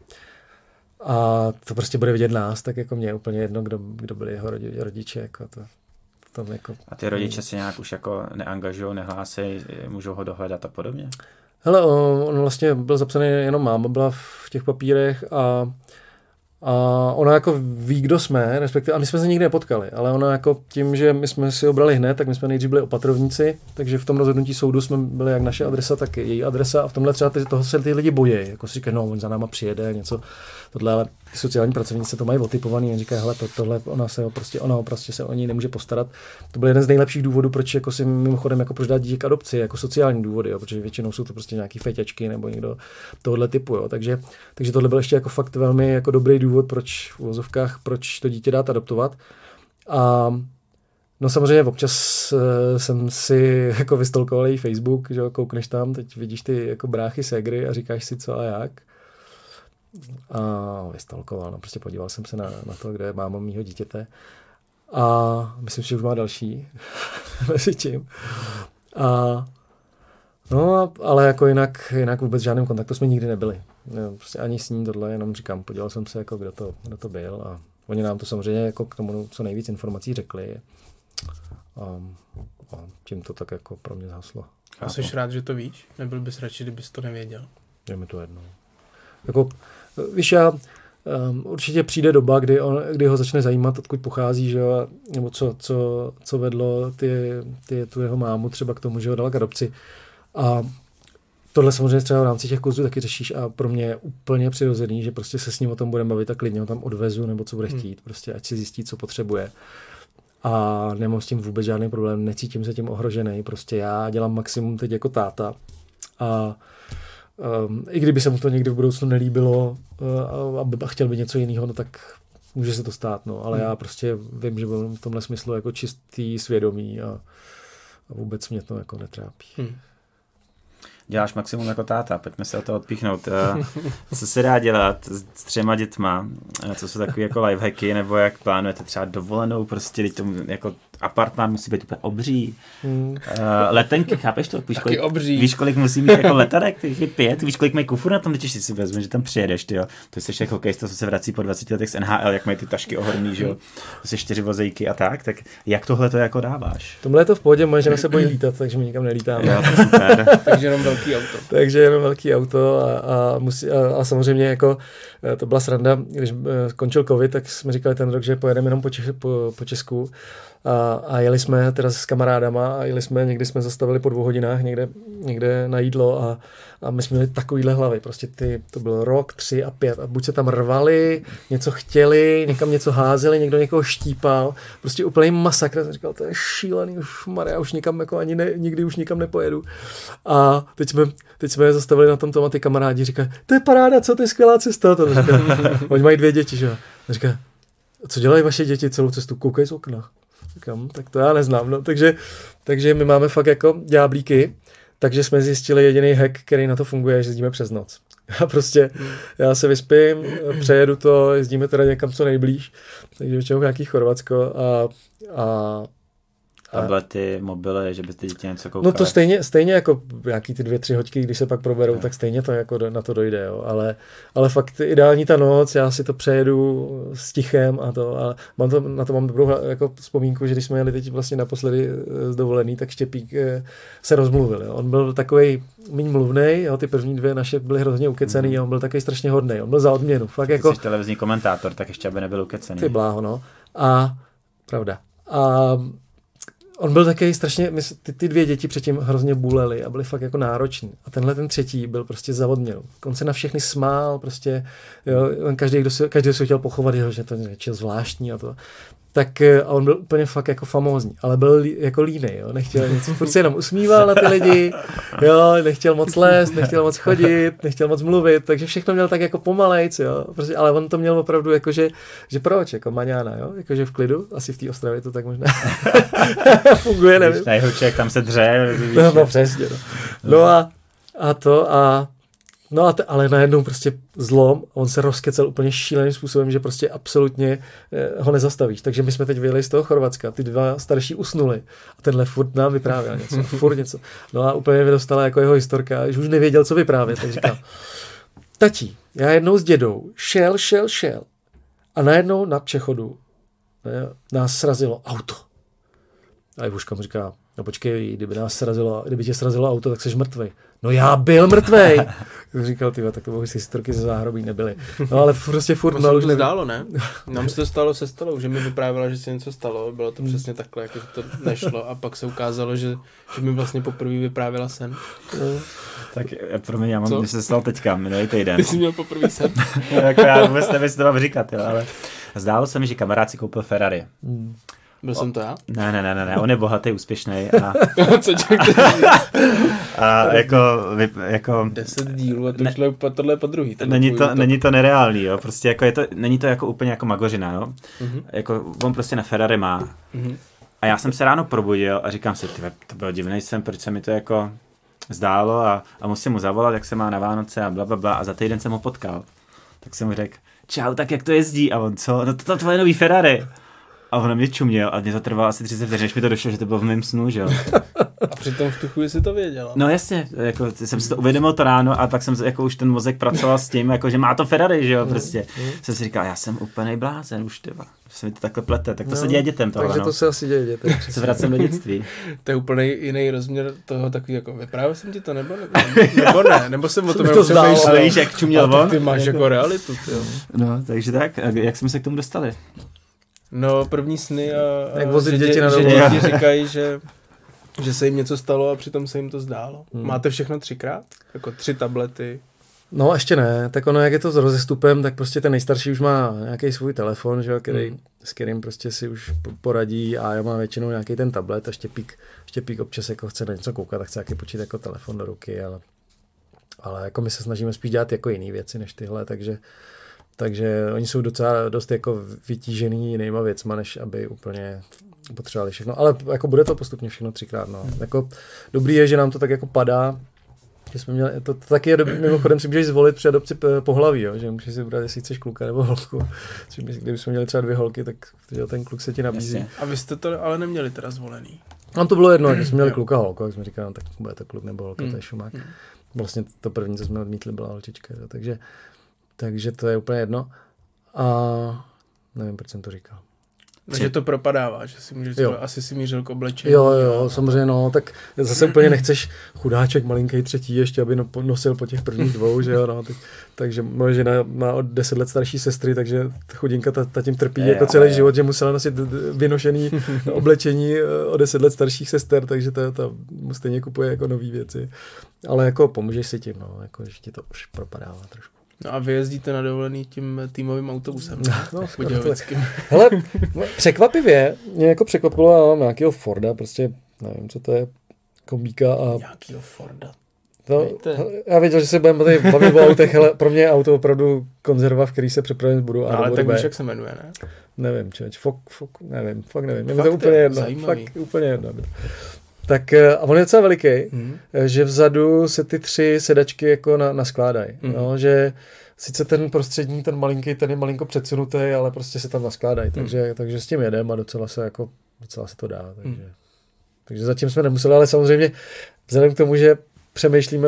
[SPEAKER 1] a to prostě bude vidět nás, tak jako mě je úplně jedno, kdo byli jeho rodiče, jako to tam jako... A
[SPEAKER 2] ty rodiče si nějak už jako neangažují, nehlásí, můžou ho dohledat a podobně?
[SPEAKER 1] Hele, on vlastně byl zapsaný, jenom máma byla v těch papírech a ona jako ví, kdo jsme, respektive, a my jsme se nikdy nepotkali, ale ona jako tím, že my jsme si obrali hned, tak my jsme nejdřív byli opatrovníci, takže v tom rozhodnutí soudu jsme byli jak naše adresa, tak její adresa a v tomhle třeba toho se ty lidi bojí, jako si říkají, no, on za náma přijede, něco, tohle, ale ty sociální pracovníci to mají otypovaný, jen říkají, hele, tohle, ona prostě se o ní nemůže postarat. To byl jeden z nejlepších důvodů, proč jako si mimochodem jako proč dát dítě k adopci, jako sociální důvody, jo, protože většinou jsou to prostě nějaký feťačky nebo někdo tohohle typu, jo, takže tohle byl ještě jako fakt velmi jako dobrý důvod, proč v uvozovkách, proč to dítě dát adoptovat. A no samozřejmě občas jsem si jako vystolkoval její Facebook, že jo, koukneš tam, teď vidíš ty jako bráchy, ségry a říkáš si co a jak. A vystolkoval, no prostě podíval jsem se na to, kde je máma mýho dítěte. A myslím, že už má další mezi tím. No, ale jako jinak vůbec v žádném kontaktu jsme nikdy nebyli. Prostě ani s ní tohle, jenom říkám, podíval jsem se, jako kdo to byl a oni nám to samozřejmě jako k tomu co nejvíc informací řekli a tím to tak jako pro mě zhaslo.
[SPEAKER 6] A jsi rád, že to víš? Nebyl bys radši, kdybys to nevěděl?
[SPEAKER 1] Je mi to jedno. Jako, víš, určitě přijde doba, kdy ho začne zajímat, odkud pochází, že jo, nebo co vedlo tu jeho mámu třeba k tomu, že ho dala k adopci. A tohle samozřejmě třeba v rámci těch kurzů taky řešíš a pro mě je úplně přirozený, že prostě se s ním o tom budeme bavit a klidně ho tam odvezu nebo co bude chtít, prostě ať si zjistí, co potřebuje. A nemám s tím vůbec žádný problém, necítím se tím ohrožený, prostě já dělám maximum teď jako táta a i kdyby se mu to někdy v budoucnu nelíbilo a chtěl by něco jiného, no tak může se to stát, no, ale já prostě vím, že byl v tomhle smyslu jako čistý svědomí a vůbec mě to jako netrápí.
[SPEAKER 2] děláš maximum jako táta, pojďme se o to odpíchnout. Co se dá dělat s 3 dětma, co jsou takové jako lifehacky, nebo jak plánujete třeba dovolenou, prostě teď tomu jako apartmán musí být úplně obří. Letenky, chápeš to? Víš, kolik musí mít jako letadek, těch je 5, víš, kolik mají kufur na tom, teď si vezme, že tam přijedeš, tyjo. To jsi jako hokejista, co se vrací po 20 letech z NHL, jak mají ty tašky ohromný, že jo, to 4 vozejky a tak jak tohle to jako dáváš?
[SPEAKER 1] Tomhle je to v pohodě, moje žena se bojí lítat, takže my nikam nelítáme.
[SPEAKER 2] Jo, to super.
[SPEAKER 6] Takže jenom velký auto a samozřejmě jako to byla sranda, když končil covid, tak jsme říkali ten rok, že pojedeme jenom po Česku. A jeli jsme teda s kamarádama a někdy jsme zastavili po 2 hodinách někde na jídlo a my jsme měli takovýhle hlavy, prostě to byl rok, 3 a 5 a buď se tam rvali, něco chtěli, někam něco házeli, někdo někoho štípal, prostě úplný masakr, jsem říkal, to je šílený, už Maria, už nikam jako nikdy už nikam nepojedu. A teď jsme je zastavili na tom a ty kamarádi říkají, to je paráda, co to je skvělá cesta, to říká, oni mají 2 děti, že jo, říká, co dělají vaše děti celou cestu, koukej z okna. Říkám, tak to já neznám, no. Takže my máme fakt jako ďáblíky, takže jsme zjistili jediný hack, který na to funguje, že jezdíme přes noc. Já se vyspím, přejedu to, jezdíme teda někam co nejblíž, takže většinou nějaký Chorvatsko a
[SPEAKER 2] tablety, mobily, že byste děti něco koukali.
[SPEAKER 1] No to stejně jako nějaký ty 2-3 hoďky, když se pak proberou, tak stejně to jako na to dojde, jo. Ale fakt ideální ta noc, já si to přejedu s tichem a na to mám dobrou jako vzpomínku, že když jsme jeli teď vlastně naposledy z dovolený, tak Štěpík se rozmluvil, jo. On byl takovej míň mluvnej, jo, ty první 2 naše byly hrozně ukecený a on byl takový strašně hodnej, on byl za odměnu, fakt jako.
[SPEAKER 2] Ty jsi televizní komentátor, tak ještě aby nebyl ukecený.
[SPEAKER 1] Ty bláho, no. A pravda. A on byl takový strašně, ty 2 děti předtím hrozně bulely a byly fakt jako nároční. A tenhle ten 3. byl prostě za odměnu. On se na všechny smál, prostě, jo, každý se chtěl pochovat, jo, že to je něco zvláštní a to. Tak a on byl úplně fakt jako famózní, ale byl jako línej, jo, nechtěl nic, furt se jenom usmíval na ty lidi, jo, nechtěl moc lézt, nechtěl moc chodit, nechtěl moc mluvit, takže všechno měl tak jako pomalejc, jo, prostě, ale on to měl opravdu jako, že proč, jako maňána, jo, jakože v klidu, asi v té Ostravě to tak možná funguje, nevím.
[SPEAKER 2] Když nejhoček, tam se dře.
[SPEAKER 1] No přesně, no. Ale najednou prostě zlom, on se rozkecel úplně šíleným způsobem, že prostě absolutně ho nezastavíš. Takže my jsme teď vyjeli z toho Chorvatska, ty 2 starší usnuli a tenhle furt nám vyprávěl něco, No a úplně mi dostala jako jeho historka, že už nevěděl, co vyprávět, tak říkal, tati, já jednou s dědou šel a najednou na přechodu nás srazilo auto. A Ivuška mu říká, no počkej, kdyby tě srazilo auto, tak jsi mrtvej. No já byl mrtvej. Říkal, tak to bohu si historky ze záhrobí nebyly. No ale prostě furt
[SPEAKER 6] mal už zdálo, ne? Nám se to stalo se Stelou, že mi vyprávěla, že se něco stalo, bylo to přesně takhle, jako že to nešlo a pak se ukázalo, že mi vlastně poprvé vyprávěla sen.
[SPEAKER 2] No. Tak pro mě, já mám, když se stalo teďka, minulý týden.
[SPEAKER 6] Ty jsi měl poprvé sen.
[SPEAKER 2] Jako já vůbec nevím, co to mám říkat, jo, ale zdálo se mi, že kamarád si koupil Ferrari.
[SPEAKER 6] Byl jsem to já?
[SPEAKER 2] Ne, on je bohatý, úspěšný a... a jako
[SPEAKER 6] 10 dílů a tohle je po druhý.
[SPEAKER 2] Není to nereálný, jo, prostě jako není to jako úplně jako magořina, jo. Jako on prostě na Ferrari má. A já jsem se ráno probudil a říkám si, to byl divný sen, proč se mi to jako zdálo a musím mu zavolat, jak se má na Vánoce a blablabla a za týden jsem ho potkal. Tak jsem mu řekl, čau, tak jak to jezdí? A on, co? No to tvoje nový Ferrari. A on na mě čuměl a mě to trvalo asi 30 vteřin, než mi to došlo, že to bylo v mém snu, že jo.
[SPEAKER 6] A přitom v tu chvíli si to věděla.
[SPEAKER 2] No jasně, jako jsem si to uvědomil to ráno a pak jsem jako už ten mozek pracoval s tím, jako že má to Ferrari, že jo, prostě. Jsem si říkal, já jsem úplnej blázen už, tyba. Se mi to takhle plete, tak to se děje dětem tohle,
[SPEAKER 1] takže to se asi děje dětem.
[SPEAKER 2] Se vracím do dětství.
[SPEAKER 6] To je úplně jiný rozměr toho takový, jako vyprávěl jsem ti to, nebo ne, nebo jsem o tom
[SPEAKER 2] to zdálo, ale víš, jak čuměl on.
[SPEAKER 6] Ty máš jako realitu, jo.
[SPEAKER 2] No, takže tak, jak jsme se k tomu dostali?
[SPEAKER 6] No, první sny a
[SPEAKER 1] jak vozit děti na
[SPEAKER 6] že děti říkají, že se jim něco stalo a přitom se jim to zdálo. Máte všechno 3krát? Jako 3 tablety?
[SPEAKER 1] No, ještě ne. Tak ono, jak je to s rozestupem, tak prostě ten nejstarší už má nějaký svůj telefon, že, s kterým prostě si už poradí a já mám většinou nějaký ten tablet a Štěpík občas jako chce na něco koukat, tak chce nějaký počít jako telefon do ruky, ale jako my se snažíme spíš dělat jako jiné věci než tyhle, takže oni jsou docela dost jako vytížený jinýma věcma, než aby úplně potřebovali všechno. Ale jako bude to postupně všechno 3krát. No. Jako dobrý je, že nám to tak jako padá. jsme měli, to taky je mimochodem si můžeš zvolit při adopci pohlaví, jo? Že můžeš si vybrat, jestli chceš kluka nebo holku. Kdybychom měli třeba 2 holky, tak ten kluk se ti nabízí.
[SPEAKER 2] Jasně.
[SPEAKER 6] A vy jste to ale neměli teda zvolený.
[SPEAKER 1] Nám to bylo jedno, když jsme měli kluka a holku, jak jsme říkali, no, tak bude to kluk nebo holka, to je šumák. Vlastně to první, co jsme odmítli, byla holčička, jo? Takže to je úplně jedno. A nevím, proč jsem to říkal.
[SPEAKER 6] Takže to propadává, že si můžeš asi si mířil k oblečení.
[SPEAKER 1] Jo, samozřejmě, no, tak zase úplně nechceš chudáček malinký třetí ještě, aby nosil po těch prvních 2, že jo, no, takže moje žena má o 10 let starší sestry, takže chudinka ta tím trpí jako celý život, že musela nosit vynošený oblečení o 10 let starších sester, takže ta mu stejně kupuje jako nový věci, ale jako pomůžeš si tím, no, jako že ti to už propadává trošku.
[SPEAKER 6] No a vy jezdíte na dovolený tím týmovým autobusem.
[SPEAKER 1] No, hele, překvapivě, mě jako překvapilo, já mám nějakýho Forda, prostě nevím, co to je, kombíka a...
[SPEAKER 6] Nějakýho Forda.
[SPEAKER 1] Já věděl, že se budeme tady bavit o autech, ale pro mě je auto opravdu konzerva, v který se přepravím z bodu A do bodu B.
[SPEAKER 6] Ale tak víš, jak se jmenuje, ne?
[SPEAKER 1] Nevím, fakt nevím. Je mi to úplně jedno. Fakt úplně jedno. Tak a on je docela veliký, že vzadu se ty 3 sedačky jako naskládají. No, že sice ten prostřední, ten malinký, ten je malinko předsunutý, ale prostě se tam naskládají. Takže s tím jedem a docela se to dá. Takže zatím jsme nemuseli, ale samozřejmě vzhledem k tomu, že přemýšlíme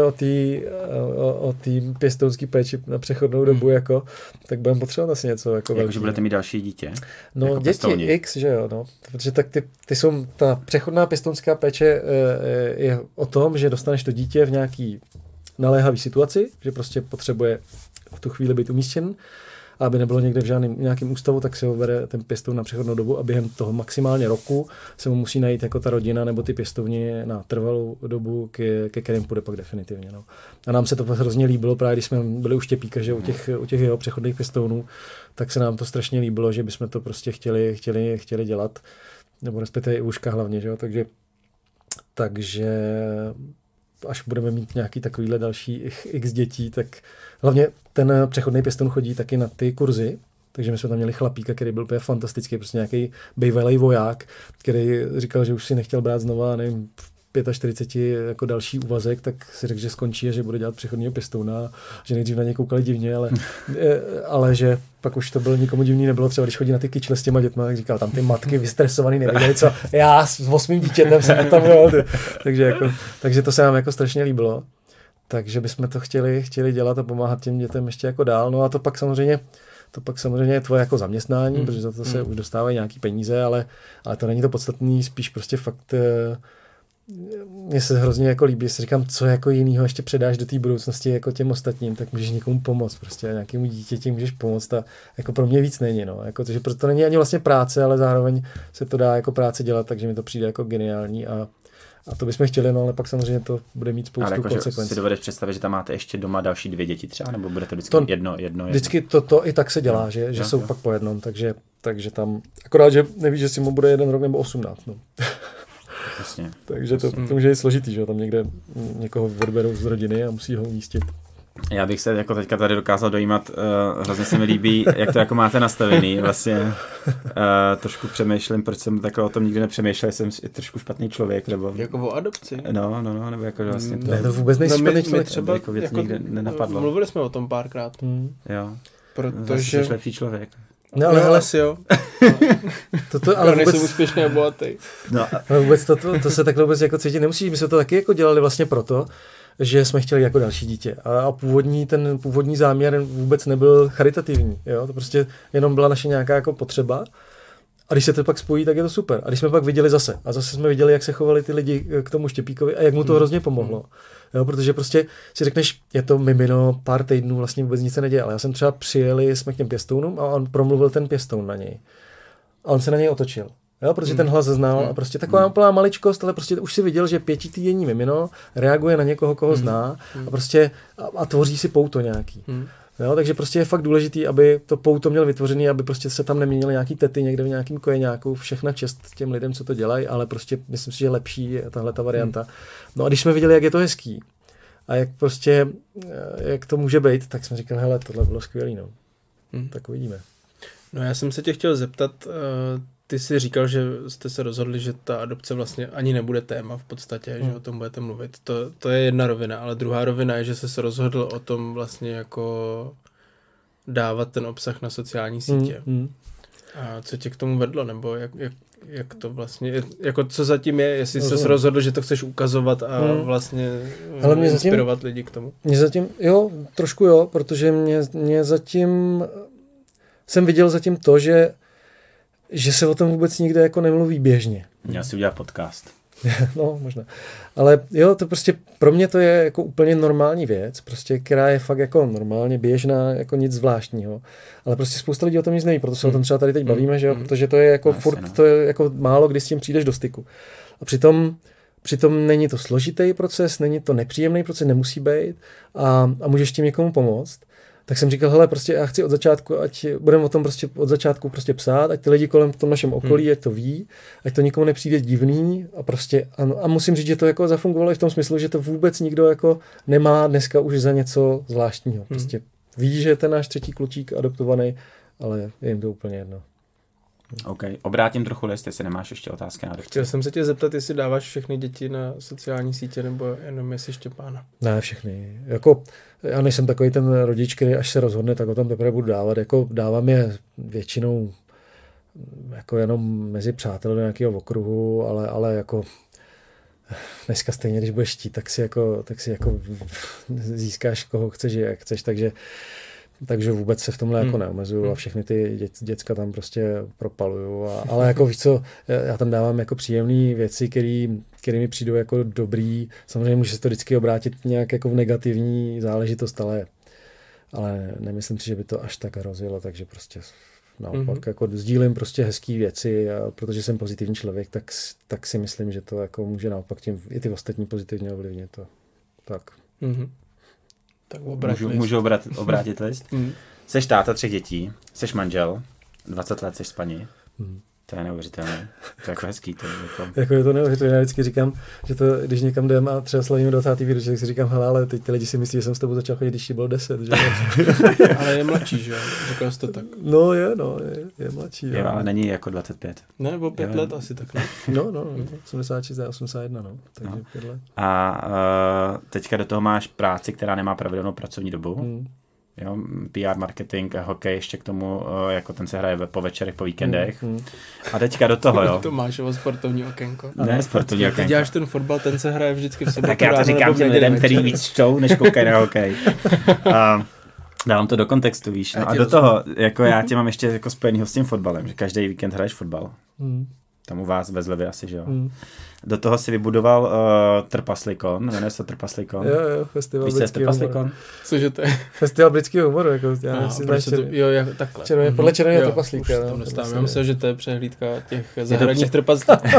[SPEAKER 1] o té pěstounské péči na přechodnou dobu, jako, tak budeme potřebovat asi něco jako velký.
[SPEAKER 2] Jakože budete mít další dítě?
[SPEAKER 1] No jako děti pěstouni. X, že jo, no. Protože tak ty jsou, ta přechodná pěstounská péče je o tom, že dostaneš to dítě v nějaký naléhavý situaci, že prostě potřebuje v tu chvíli být umístěn, a aby nebylo někde v nějakém ústavu, tak se ho bere ten pěstoun na přechodnou dobu a během toho maximálně roku se mu musí najít jako ta rodina nebo ty pěstouni na trvalou dobu, ke kterým půjde pak definitivně. No. A nám se to hrozně líbilo, právě když jsme byli u Štěpíka, že u těch jeho přechodných pěstounů, tak se nám to strašně líbilo, že bychom to prostě chtěli dělat, nebo respektive i Uška hlavně, že jo? Takže až budeme mít nějaký takovýhle další x dětí, tak hlavně ten přechodný pěstoun chodí taky na ty kurzy, takže my jsme tam měli chlapíka, který byl úplně fantastický, prostě nějaký bývalý voják, který říkal, že už si nechtěl brát znova, nevím, v 45 jako další úvazek, tak si řekl, že skončí a že bude dělat přechodního pěstouna, že nejdřív na něj koukali divně, ale že pak už to bylo nikomu divný nebylo, třeba když chodí na ty kyčle s těma dětma, tak říkal, tam ty matky vystresovaný nevěděli, co já s 8 dítětem jsem tam byl, takže to se nám jako strašně líbilo, takže bychom to chtěli dělat a pomáhat těm dětem ještě jako dál, no a to pak samozřejmě je tvoje jako zaměstnání, protože za to se už dostávají nějaký peníze, ale to není to podstatný, spíš prostě fakt mně se hrozně jako líbí, si říkám, co jako jinýho ještě předáš do té budoucnosti jako těm ostatním, tak můžeš někomu pomoct, prostě nějakému dítěti můžeš pomoct a jako pro mě víc není, no, jako takže proto to není ani vlastně práce, ale zároveň se to dá jako práce dělat, takže mi to přijde jako geniální a to bychom chtěli, no ale pak samozřejmě to bude mít spoustu
[SPEAKER 2] jako,
[SPEAKER 1] konsekvencí.
[SPEAKER 2] Si dovedeš představit, že tam máte ještě doma další 2 děti třeba, nebo bude to vždycky jedno?
[SPEAKER 1] Vždycky to i tak se dělá, že jsou pak po jednom, takže tam, akorát, že nevíš, že si mu bude 1 rok nebo 18, no.
[SPEAKER 2] Jasně.
[SPEAKER 1] Takže to může být složitý, že tam někde někoho odberou z rodiny a musí ho umístit.
[SPEAKER 2] Já bych se jako teďka tady dokázal dojímat, hrozně se mi líbí, jak to jako máte nastavený, vlastně trošku přemýšlím, proč jsem takhle o tom nikdy nepřemýšlel, jsem trošku špatný člověk, nebo...
[SPEAKER 6] Jako o adopci?
[SPEAKER 2] No, nebo jako vlastně to...
[SPEAKER 1] Ne, to vůbec nejsi špatný člověk.
[SPEAKER 6] Třeba
[SPEAKER 2] jako nikdy nenapadlo.
[SPEAKER 6] Mluvili jsme o tom párkrát.
[SPEAKER 2] Jo,
[SPEAKER 6] protože...
[SPEAKER 2] jsi lepší člověk.
[SPEAKER 6] No, ale asi jo.
[SPEAKER 1] Ale vůbec...
[SPEAKER 6] nejsem úspěšný a bohatý.
[SPEAKER 1] No. Ale vůbec to se takhle vůbec jako cítit nemusí. My jsme to taky jako dělali vlastně proto, že jsme chtěli jako další dítě. A ten původní záměr vůbec nebyl charitativní. Jo? To prostě jenom byla naše nějaká jako potřeba. A když se to pak spojí, tak je to super. A když jsme pak viděli zase jsme viděli, jak se chovali ty lidi k tomu Štěpíkovi a jak mu to hrozně pomohlo. Jo, protože prostě si řekneš, je to mimino, pár týdnů, vlastně vůbec nic se neděje, ale já jsem třeba jsme k těm pěstounům a on promluvil ten pěstoun na něj. A on se na něj otočil. Jo, protože ten hlas znal a prostě taková úplná maličkost, ale prostě už si viděl, že 5týdenní mimino reaguje na někoho, koho zná a prostě a tvoří si pouto nějaký. Jo, takže prostě je fakt důležitý, aby to pouto měl vytvořený, aby prostě se tam neměnily nějaký tety někde v nějakým kojeňáku, všechna čest těm lidem, co to dělají, ale prostě myslím si, že lepší je tahle ta varianta. No a když jsme viděli, jak je to hezký a jak to může být, tak jsme říkali, hele, tohle bylo skvělý, no. Tak uvidíme.
[SPEAKER 6] No já jsem se tě chtěl zeptat, ty jsi říkal, že jste se rozhodli, že ta adopce vlastně ani nebude téma v podstatě, že o tom budete mluvit. To je jedna rovina, ale druhá rovina je, že jsi se rozhodl o tom vlastně jako dávat ten obsah na sociální sítě. A co tě k tomu vedlo, nebo jak to vlastně, jako co zatím je, jestli jsi se rozhodl, že to chceš ukazovat a vlastně inspirovat lidi k tomu?
[SPEAKER 1] Mě zatím, trošku jo, protože mě zatím, jsem viděl zatím to, že se o tom vůbec nikde jako nemluví běžně.
[SPEAKER 2] Měl si udělat podcast.
[SPEAKER 1] No, možná. Ale jo, to prostě pro mě to je jako úplně normální věc, prostě, která je fakt jako normálně běžná, jako nic zvláštního. Ale prostě spousta lidí o tom nic neví, proto se o tom třeba tady teď bavíme, že jo, protože to je jako furt, to je jako málo kdy s tím přijdeš do styku. A přitom není to složitý proces, není to nepříjemný proces, nemusí být a můžeš tím někomu pomoct. Tak jsem říkal, hele, prostě já chci od začátku, ať budeme o tom prostě od začátku prostě psát, ať ty lidi kolem v tom našem okolí, ať to ví, ať to nikomu nepřijde divný a prostě a musím říct, že to jako zafungovalo i v tom smyslu, že to vůbec nikdo jako nemá dneska už za něco zvláštního. Prostě ví, že je ten náš třetí klučík adoptovaný, ale je jim to úplně jedno.
[SPEAKER 2] OK, obrátím trochu list, jestli nemáš ještě otázky na adopci.
[SPEAKER 6] Chtěl jsem se tě zeptat, jestli dáváš všechny děti na sociální sítě, nebo jenom jestli Štěpána.
[SPEAKER 1] Ne, všechny. Jako, já nejsem takový ten rodič, který až se rozhodne, tak o tom teprve budu dávat. Jako, dávám je většinou jako jenom mezi přáteli do nějakého okruhu, ale jako dneska stejně, když budeš chtít, tak si jako získáš, koho chceš, jak chceš, takže vůbec se v tomhle jako neomezuju a všechny ty děcka tam prostě propaluju. Ale jako víš co, já tam dávám jako příjemné věci, které mi přijdou jako dobrý. Samozřejmě může se to vždycky obrátit nějak jako v negativní záležitost, ale nemyslím si, že by to až tak hrozilo, takže prostě naopak jako sdílím prostě hezký věci a protože jsem pozitivní člověk, tak si myslím, že to jako může naopak tím i ty ostatní pozitivně ovlivnit to. Tak.
[SPEAKER 6] Tak
[SPEAKER 2] můžu obrátit list? Seš táta 3 dětí, seš manžel, 20 let seš s paní. To je neuvěřitelné. To je jako hezký.
[SPEAKER 1] Jako je to neuvěřitelné. Já vždycky říkám, že to, když někam jdem a třeba slavíme 20. výročí, tak si říkám, hele, ale teď ty lidi si myslí, že jsem s tebou začal chodit, když jí bylo 10. Že?
[SPEAKER 6] Ale je mladší, že jo? Říkal jsi to tak.
[SPEAKER 1] No, je mladší.
[SPEAKER 2] Jo, ale není jako 25.
[SPEAKER 6] Ne, nebo 5 let asi tak.
[SPEAKER 1] No, 86 a 81, takže 5 let.
[SPEAKER 2] A teďka do toho máš práci, která nemá pravidelnou pracovní dobu. Jo, PR, marketing, hokej, ještě k tomu, jako ten se hraje po večerech, po víkendech. A teďka do toho, jo.
[SPEAKER 6] To máš sportovní okénko.
[SPEAKER 2] Ne, sportovní okénko.
[SPEAKER 6] Ty děláš ten fotbal, ten se hraje vždycky v sobotu.
[SPEAKER 2] Tak já to říkám těm lidem, který víc čtou, než koukají na hokej. Dávám to do kontextu, víš. No a do toho, jako já tě mám ještě jako spojenýho s tím fotbalem, že každý víkend hraješ fotbal. Tam u vás ve Zlevě asi, že jo. Do toho si vybudoval Trpaslikon, jmenuje se Trpaslikon.
[SPEAKER 1] Jo, festival britského humoru.
[SPEAKER 6] Cože to je?
[SPEAKER 1] Festival britského humoru, jako já si znáš
[SPEAKER 6] takhle.
[SPEAKER 1] Podle červeného trpaslíka.
[SPEAKER 6] Já myslím, že to je přehlídka těch zahraničních trpaslíků.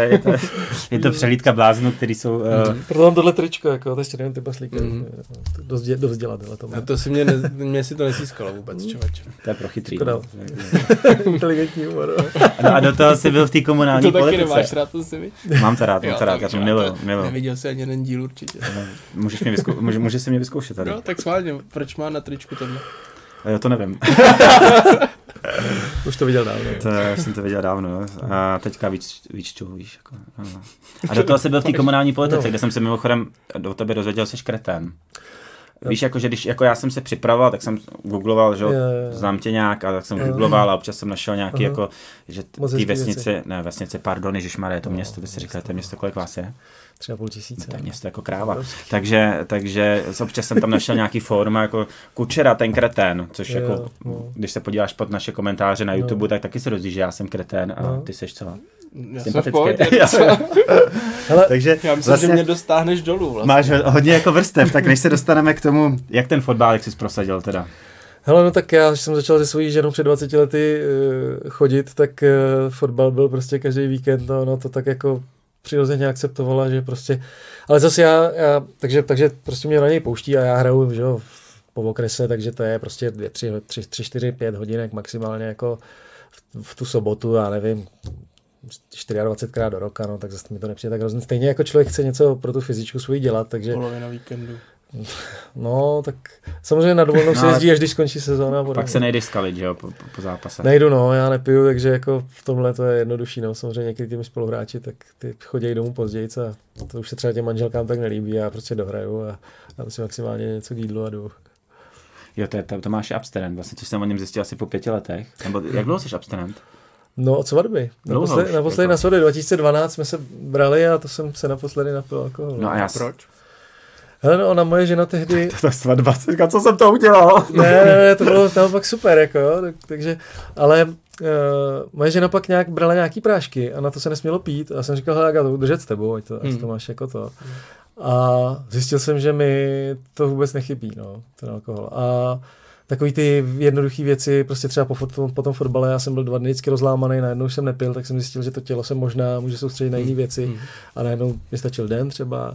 [SPEAKER 2] Je to přehlídka bláznů, který jsou...
[SPEAKER 1] Proto mám tohle tričko, jako to s červeným trpaslíkem. Dost dělat.
[SPEAKER 6] A to si mě si to nesískalo vůbec, člověče.
[SPEAKER 2] To je pro chytrý.
[SPEAKER 1] Inteligentní humor.
[SPEAKER 2] A do toho si byl v té komunální politice.
[SPEAKER 6] To taky nemáš rád, to si víš?
[SPEAKER 2] Mám to rád, já to miluju.
[SPEAKER 6] Neviděl jsi ani jeden díl určitě.
[SPEAKER 2] Můžeš si mě vyzkoušet tady.
[SPEAKER 6] No, tak schválně, proč má na tričku tohle?
[SPEAKER 2] Jo, to nevím.
[SPEAKER 1] Už to viděl dávno.
[SPEAKER 2] Já jsem to viděl dávno. A teďka víc čtu, víš. Jako, a do toho jsi byl v té komunální politice, kde jsem se mimochodem do tebe dozvěděl, jsi kretén. Víš, jako, že když jako já jsem se připravoval, tak jsem googloval, že znám tě nějak, a tak jsem googloval a občas jsem našel nějaký, jako, že ty vesnice, pardon, ježišmarja, je to město, ty si říkal, to město, kolik vás je?
[SPEAKER 1] 3,5 tisíce.
[SPEAKER 2] To je město jako kráva. Takže občas jsem tam našel nějaký fórum, jako Kučera, ten kretén, což jako, když se podíváš pod naše komentáře na YouTube, tak taky se dozvíš, že já jsem kretén a ty seš co?
[SPEAKER 6] Já jsem v pohodě.
[SPEAKER 2] Takže
[SPEAKER 6] já myslím, vlastně, že mě dostáhneš dolů. Vlastně.
[SPEAKER 2] Máš hodně jako vrstev, tak než se dostaneme k tomu, jak ten fotbal, jak jsi prosadil teda?
[SPEAKER 1] Hele, no tak já, když jsem začal se svojí ženou před 20 lety chodit, tak fotbal byl prostě každý víkend, no to tak jako přirozeně akceptovala, že prostě, ale zase já takže prostě mě na něj pouští a já hraju, že jo, po okrese, takže to je prostě 3, 4, 5 hodinek maximálně jako v tu sobotu, já nevím, 24krát do roka, no tak zase mi to nepřijde tak hrozně. Stejně jako člověk chce něco pro tu fyzičku svoji dělat, takže...
[SPEAKER 6] Polovina víkendu.
[SPEAKER 1] No, tak samozřejmě na dovolenou se jezdí, až když skončí sezóna.
[SPEAKER 2] Pak se nejdeš skalit, že jo, po zápase.
[SPEAKER 1] Nejdu, no, já nepiju, takže jako v tomhle to je jednodušší, no. Samozřejmě někdy těmi spoluhráči, tak ty chodí domů později a to už se třeba těm manželkám tak nelíbí, já prostě dohraju a dám si maximálně něco k jídlu a jdu.
[SPEAKER 2] Jo, to máš abstinent, vlastně, což jsem o něm zjistil asi po 5 letech. Nebo jak dlouho jsi abstinent?
[SPEAKER 1] No, od svatby. Naposledy na svatbě 2012 jsme se brali a to jsem se naposledy napil alkohol.
[SPEAKER 2] No a já
[SPEAKER 6] Proč?
[SPEAKER 1] Hele, no, ona moje žena tehdy...
[SPEAKER 2] To je svatba, co jsem to udělal?
[SPEAKER 1] Ne, to bylo naopak super, jako jo, takže, ale moje žena pak brala nějaký prášky a na to se nesmělo pít a já jsem říkal, hele, já to budu držet s tebou, ať to máš jako to. A zjistil jsem, že mi to vůbec nechybí, no, ten alkohol. A takový ty jednoduché věci, prostě třeba po tom fotbale, já jsem byl 2 dny vždycky rozlámaný, najednou jsem nepil, tak jsem zjistil, že to tělo se možná může soustředit na jiné věci a najednou mi stačil den třeba.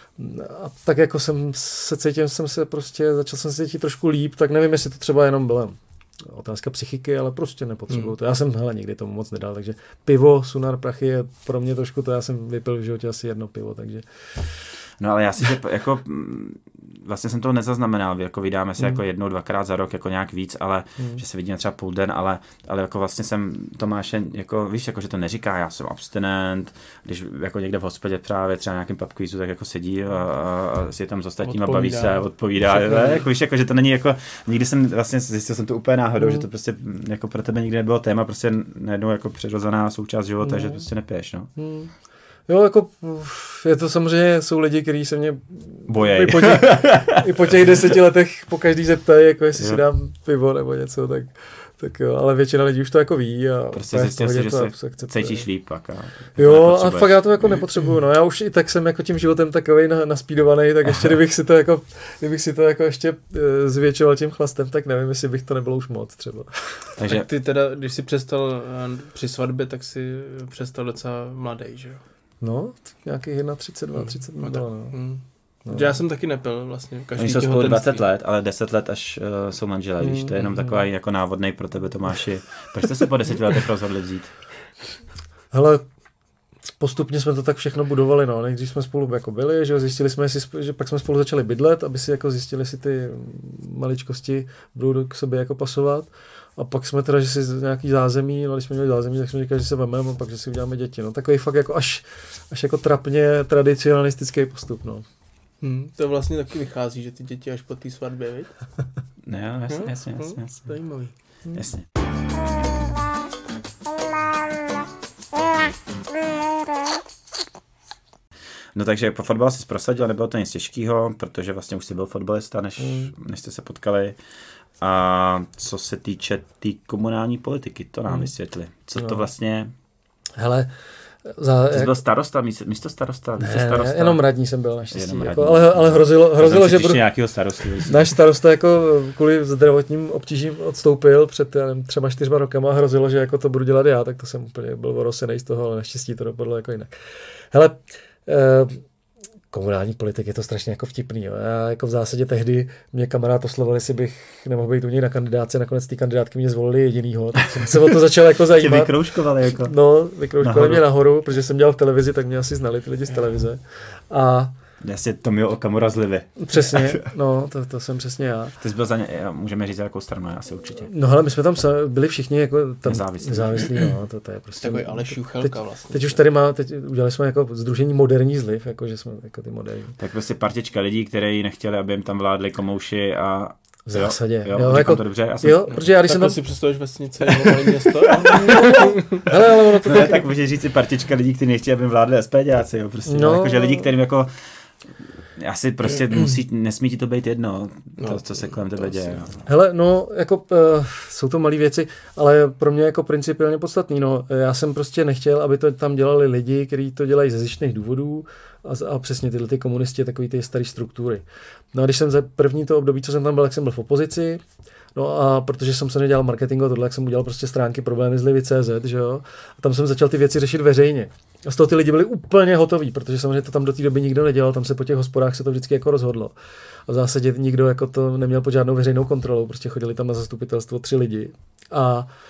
[SPEAKER 1] A tak jako začal jsem se cítit trošku líp, tak nevím, jestli to třeba jenom byla otázka psychiky, ale prostě nepotřebuju to. Já jsem nikdy tomu moc nedal, takže pivo, Sunar, prachy je pro mě trošku to, já jsem vypil v životě asi 1 pivo, takže...
[SPEAKER 2] No ale já si, že jako vlastně jsem toho nezaznamenal, jako vydáme se jako 1-2krát za rok, jako nějak víc, ale že se vidíme třeba půl den, ale jako vlastně jsem Tomáše, jako víš, jako že to neříká, já jsem abstinent, když jako někde v hospodě právě třeba nějakým pub quizu, tak jako sedí a si tam s ostatníma baví se, odpovídá, jako víš, jako že to není jako, nikdy jsem vlastně zjistil jsem to úplně náhodou, že to prostě jako pro tebe nikdy nebylo téma, prostě najednou jako přirozená součást života, že prostě nepiješ, no.
[SPEAKER 1] Jo, jako je to samozřejmě, jsou lidi, kteří se mě
[SPEAKER 2] bojej.
[SPEAKER 1] I po těch 10 letech po každý zeptají, jako jestli si dám pivo nebo něco, tak jo, ale většina lidí už to jako ví a
[SPEAKER 2] prostě zjistil si, že se cítíš líp pak.
[SPEAKER 1] Jo, a fakt já to jako nepotřebuju, no, já už i tak jsem jako tím životem takovej naspídovaný, tak ještě kdybych si to jako ještě zvětšoval tím chlastem, tak nevím, jestli bych to nebylo už moc třeba.
[SPEAKER 6] Takže tak ty teda, když jsi přestal při svatbě, tak si přestal docela mladý, že jo?
[SPEAKER 1] No, nějakých 31, bylo, no.
[SPEAKER 6] No. Já jsem taky nepil vlastně.
[SPEAKER 2] Oni jsou spolu 20 let, ale 10 let až jsou manželé, víš, to je jenom takový jako návodnej pro tebe, Tomáši. Proč jste se po 10 letech rozhodli vzít?
[SPEAKER 1] Hele, postupně jsme to tak všechno budovali, no, nejdřív jsme spolu jako byli, že zjistili jsme, že pak jsme spolu začali bydlet, aby si jako zjistili, jestli ty maličkosti budou k sobě jako pasovat. A pak jsme teda, že si nějaký zázemí, no když jsme měli zázemí, tak jsme říkali, že se vememe a pak, že si uděláme děti. No takový fakt jako až jako trapně tradicionalistický postup, no.
[SPEAKER 6] To vlastně taky vychází, že ty děti až po té svatbě, viď?
[SPEAKER 2] Ne, jasně.
[SPEAKER 6] Zajímavý.
[SPEAKER 2] Jasně. No takže po fotbale jsi prosadil, nebylo to nic těžkého, protože vlastně už jsi byl fotbalista, než jste se potkali. A co se týče té komunální politiky, to nám vysvětli. Co to vlastně...
[SPEAKER 1] Hele,
[SPEAKER 2] ty jsi byl starosta, místo starosta?
[SPEAKER 1] Ne, jenom radní jsem byl naštěstí. Jako, ale hrozilo, že budu...
[SPEAKER 2] nějakého starostu.
[SPEAKER 1] Náš starosta jako kvůli zdravotním obtížím odstoupil před 3-4 rokama a hrozilo, že jako to budu dělat já, tak to jsem úplně byl orosenej z toho, ale naštěstí to dopadlo jako jinak. Hele, komunální politik je to strašně jako vtipný. Jo. Já jako v zásadě tehdy mě kamarád oslovil, jestli bych nemohl být u něj na kandidáce, nakonec ty kandidátky mě zvolili jedinýho, tak jsem se o to začal jako zajímat.
[SPEAKER 2] Tě vykrouškovali jako?
[SPEAKER 1] No, vykrouškovali mě nahoru, protože jsem dělal v televizi, tak mě asi znali ty lidi z televize. A
[SPEAKER 2] jasně, Tomio Okamura z Livy.
[SPEAKER 1] Přesně, no, to jsem přesně já.
[SPEAKER 2] Ty jsi byl můžeme říct, jakou stranu, asi určitě.
[SPEAKER 1] No ale my jsme tam byli všichni jako tam
[SPEAKER 2] nezávislí,
[SPEAKER 1] no, to je prostě.
[SPEAKER 6] Takový Aleš Juchelka vlastně.
[SPEAKER 1] Teď už teď udělali jsme jako sdružení Moderní Zliv, jako že jsme jako ty moderní.
[SPEAKER 2] Tak prostě partička lidí, kteří nechtěli, aby jim tam vládli komouši a
[SPEAKER 1] v zásadě.
[SPEAKER 2] Jo, jako, to dobře.
[SPEAKER 1] Protože já když jsem tam...
[SPEAKER 6] si představuješ vesnici nebo malé město?
[SPEAKER 1] Hele, ale ono to
[SPEAKER 2] ne, tak můžeš říct si partička lidí, kteří nechtěli, aby jim vládli SPDáci, jo, prostě. No, jakože lidi, kterým jako asi prostě nesmí ti to být jedno, co se kolem tebe děje.
[SPEAKER 1] Hele, no, jako jsou to malé věci, ale pro mě jako principiálně podstatný, no, já jsem prostě nechtěl, aby to tam dělali lidi, kteří to dělají ze zištných důvodů a přesně tyhle ty komunisti, takový ty staré struktury. No a když jsem za první to období, co jsem tam byl, tak jsem byl v opozici, no a protože jsem se nedělal marketing a tohle, jak jsem udělal prostě stránky problémy z Livy.cz, že jo, a tam jsem začal ty věci řešit veřejně. A z toho ty lidi byli úplně hotoví, protože samozřejmě to tam do té doby nikdo nedělal, tam se po těch hospodách se to vždycky jako rozhodlo. A v zásadě nikdo jako to neměl pod žádnou veřejnou kontrolou, prostě chodili tam na zastupitelstvo 3 lidi. A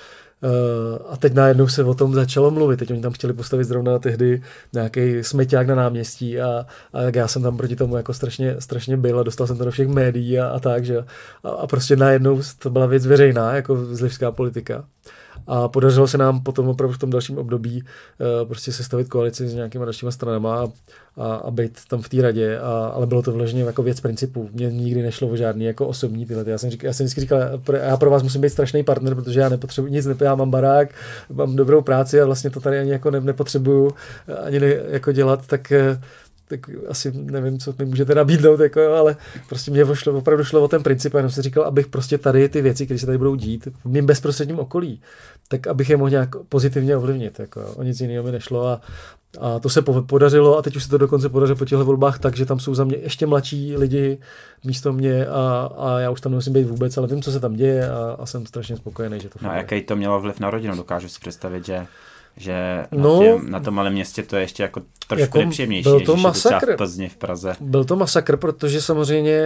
[SPEAKER 1] A teď najednou se o tom začalo mluvit. Teď oni tam chtěli postavit zrovna tehdy nějaký smeťák na náměstí a já jsem tam proti tomu jako strašně byl a dostal jsem to do všech médií a tak, že a prostě najednou to byla věc veřejná, jako zlivská politika. A podařilo se nám potom opravdu v tom dalším období prostě sestavit koalici s nějakýma dalšíma stranama a být tam v té radě, ale bylo to vloženě jako věc principů. Mně nikdy nešlo o žádný jako osobní tyhle. Já jsem vždycky říkal, já pro vás musím být strašný partner, protože já nepotřebuji nic, já mám barák, mám dobrou práci a vlastně to tady ani jako nepotřebuju ani jako dělat, tak asi nevím, co mi můžete nabídnout, jako, ale prostě mě opravdu šlo o ten princip a jenom jsem říkal, abych prostě tady ty věci, které se tady budou dít v mým bezprostředním okolí, tak abych je mohl nějak pozitivně ovlivnit. Jako, o nic jiného mi nešlo a to se podařilo a teď už se to dokonce podařilo po těchto volbách tak, že tam jsou za mě ještě mladší lidi místo mě a já už tam nemusím být vůbec, ale vím, co se tam děje a jsem strašně spokojený, že to funguje.
[SPEAKER 2] No a jaký to mělo vliv na rodinu? Dokážu si představit, že na tom malém městě to je ještě jako trošku nepříjemnější,
[SPEAKER 1] byl to
[SPEAKER 2] než
[SPEAKER 1] masakr.
[SPEAKER 2] v Plzni, v Praze.
[SPEAKER 1] Byl to masakr, protože samozřejmě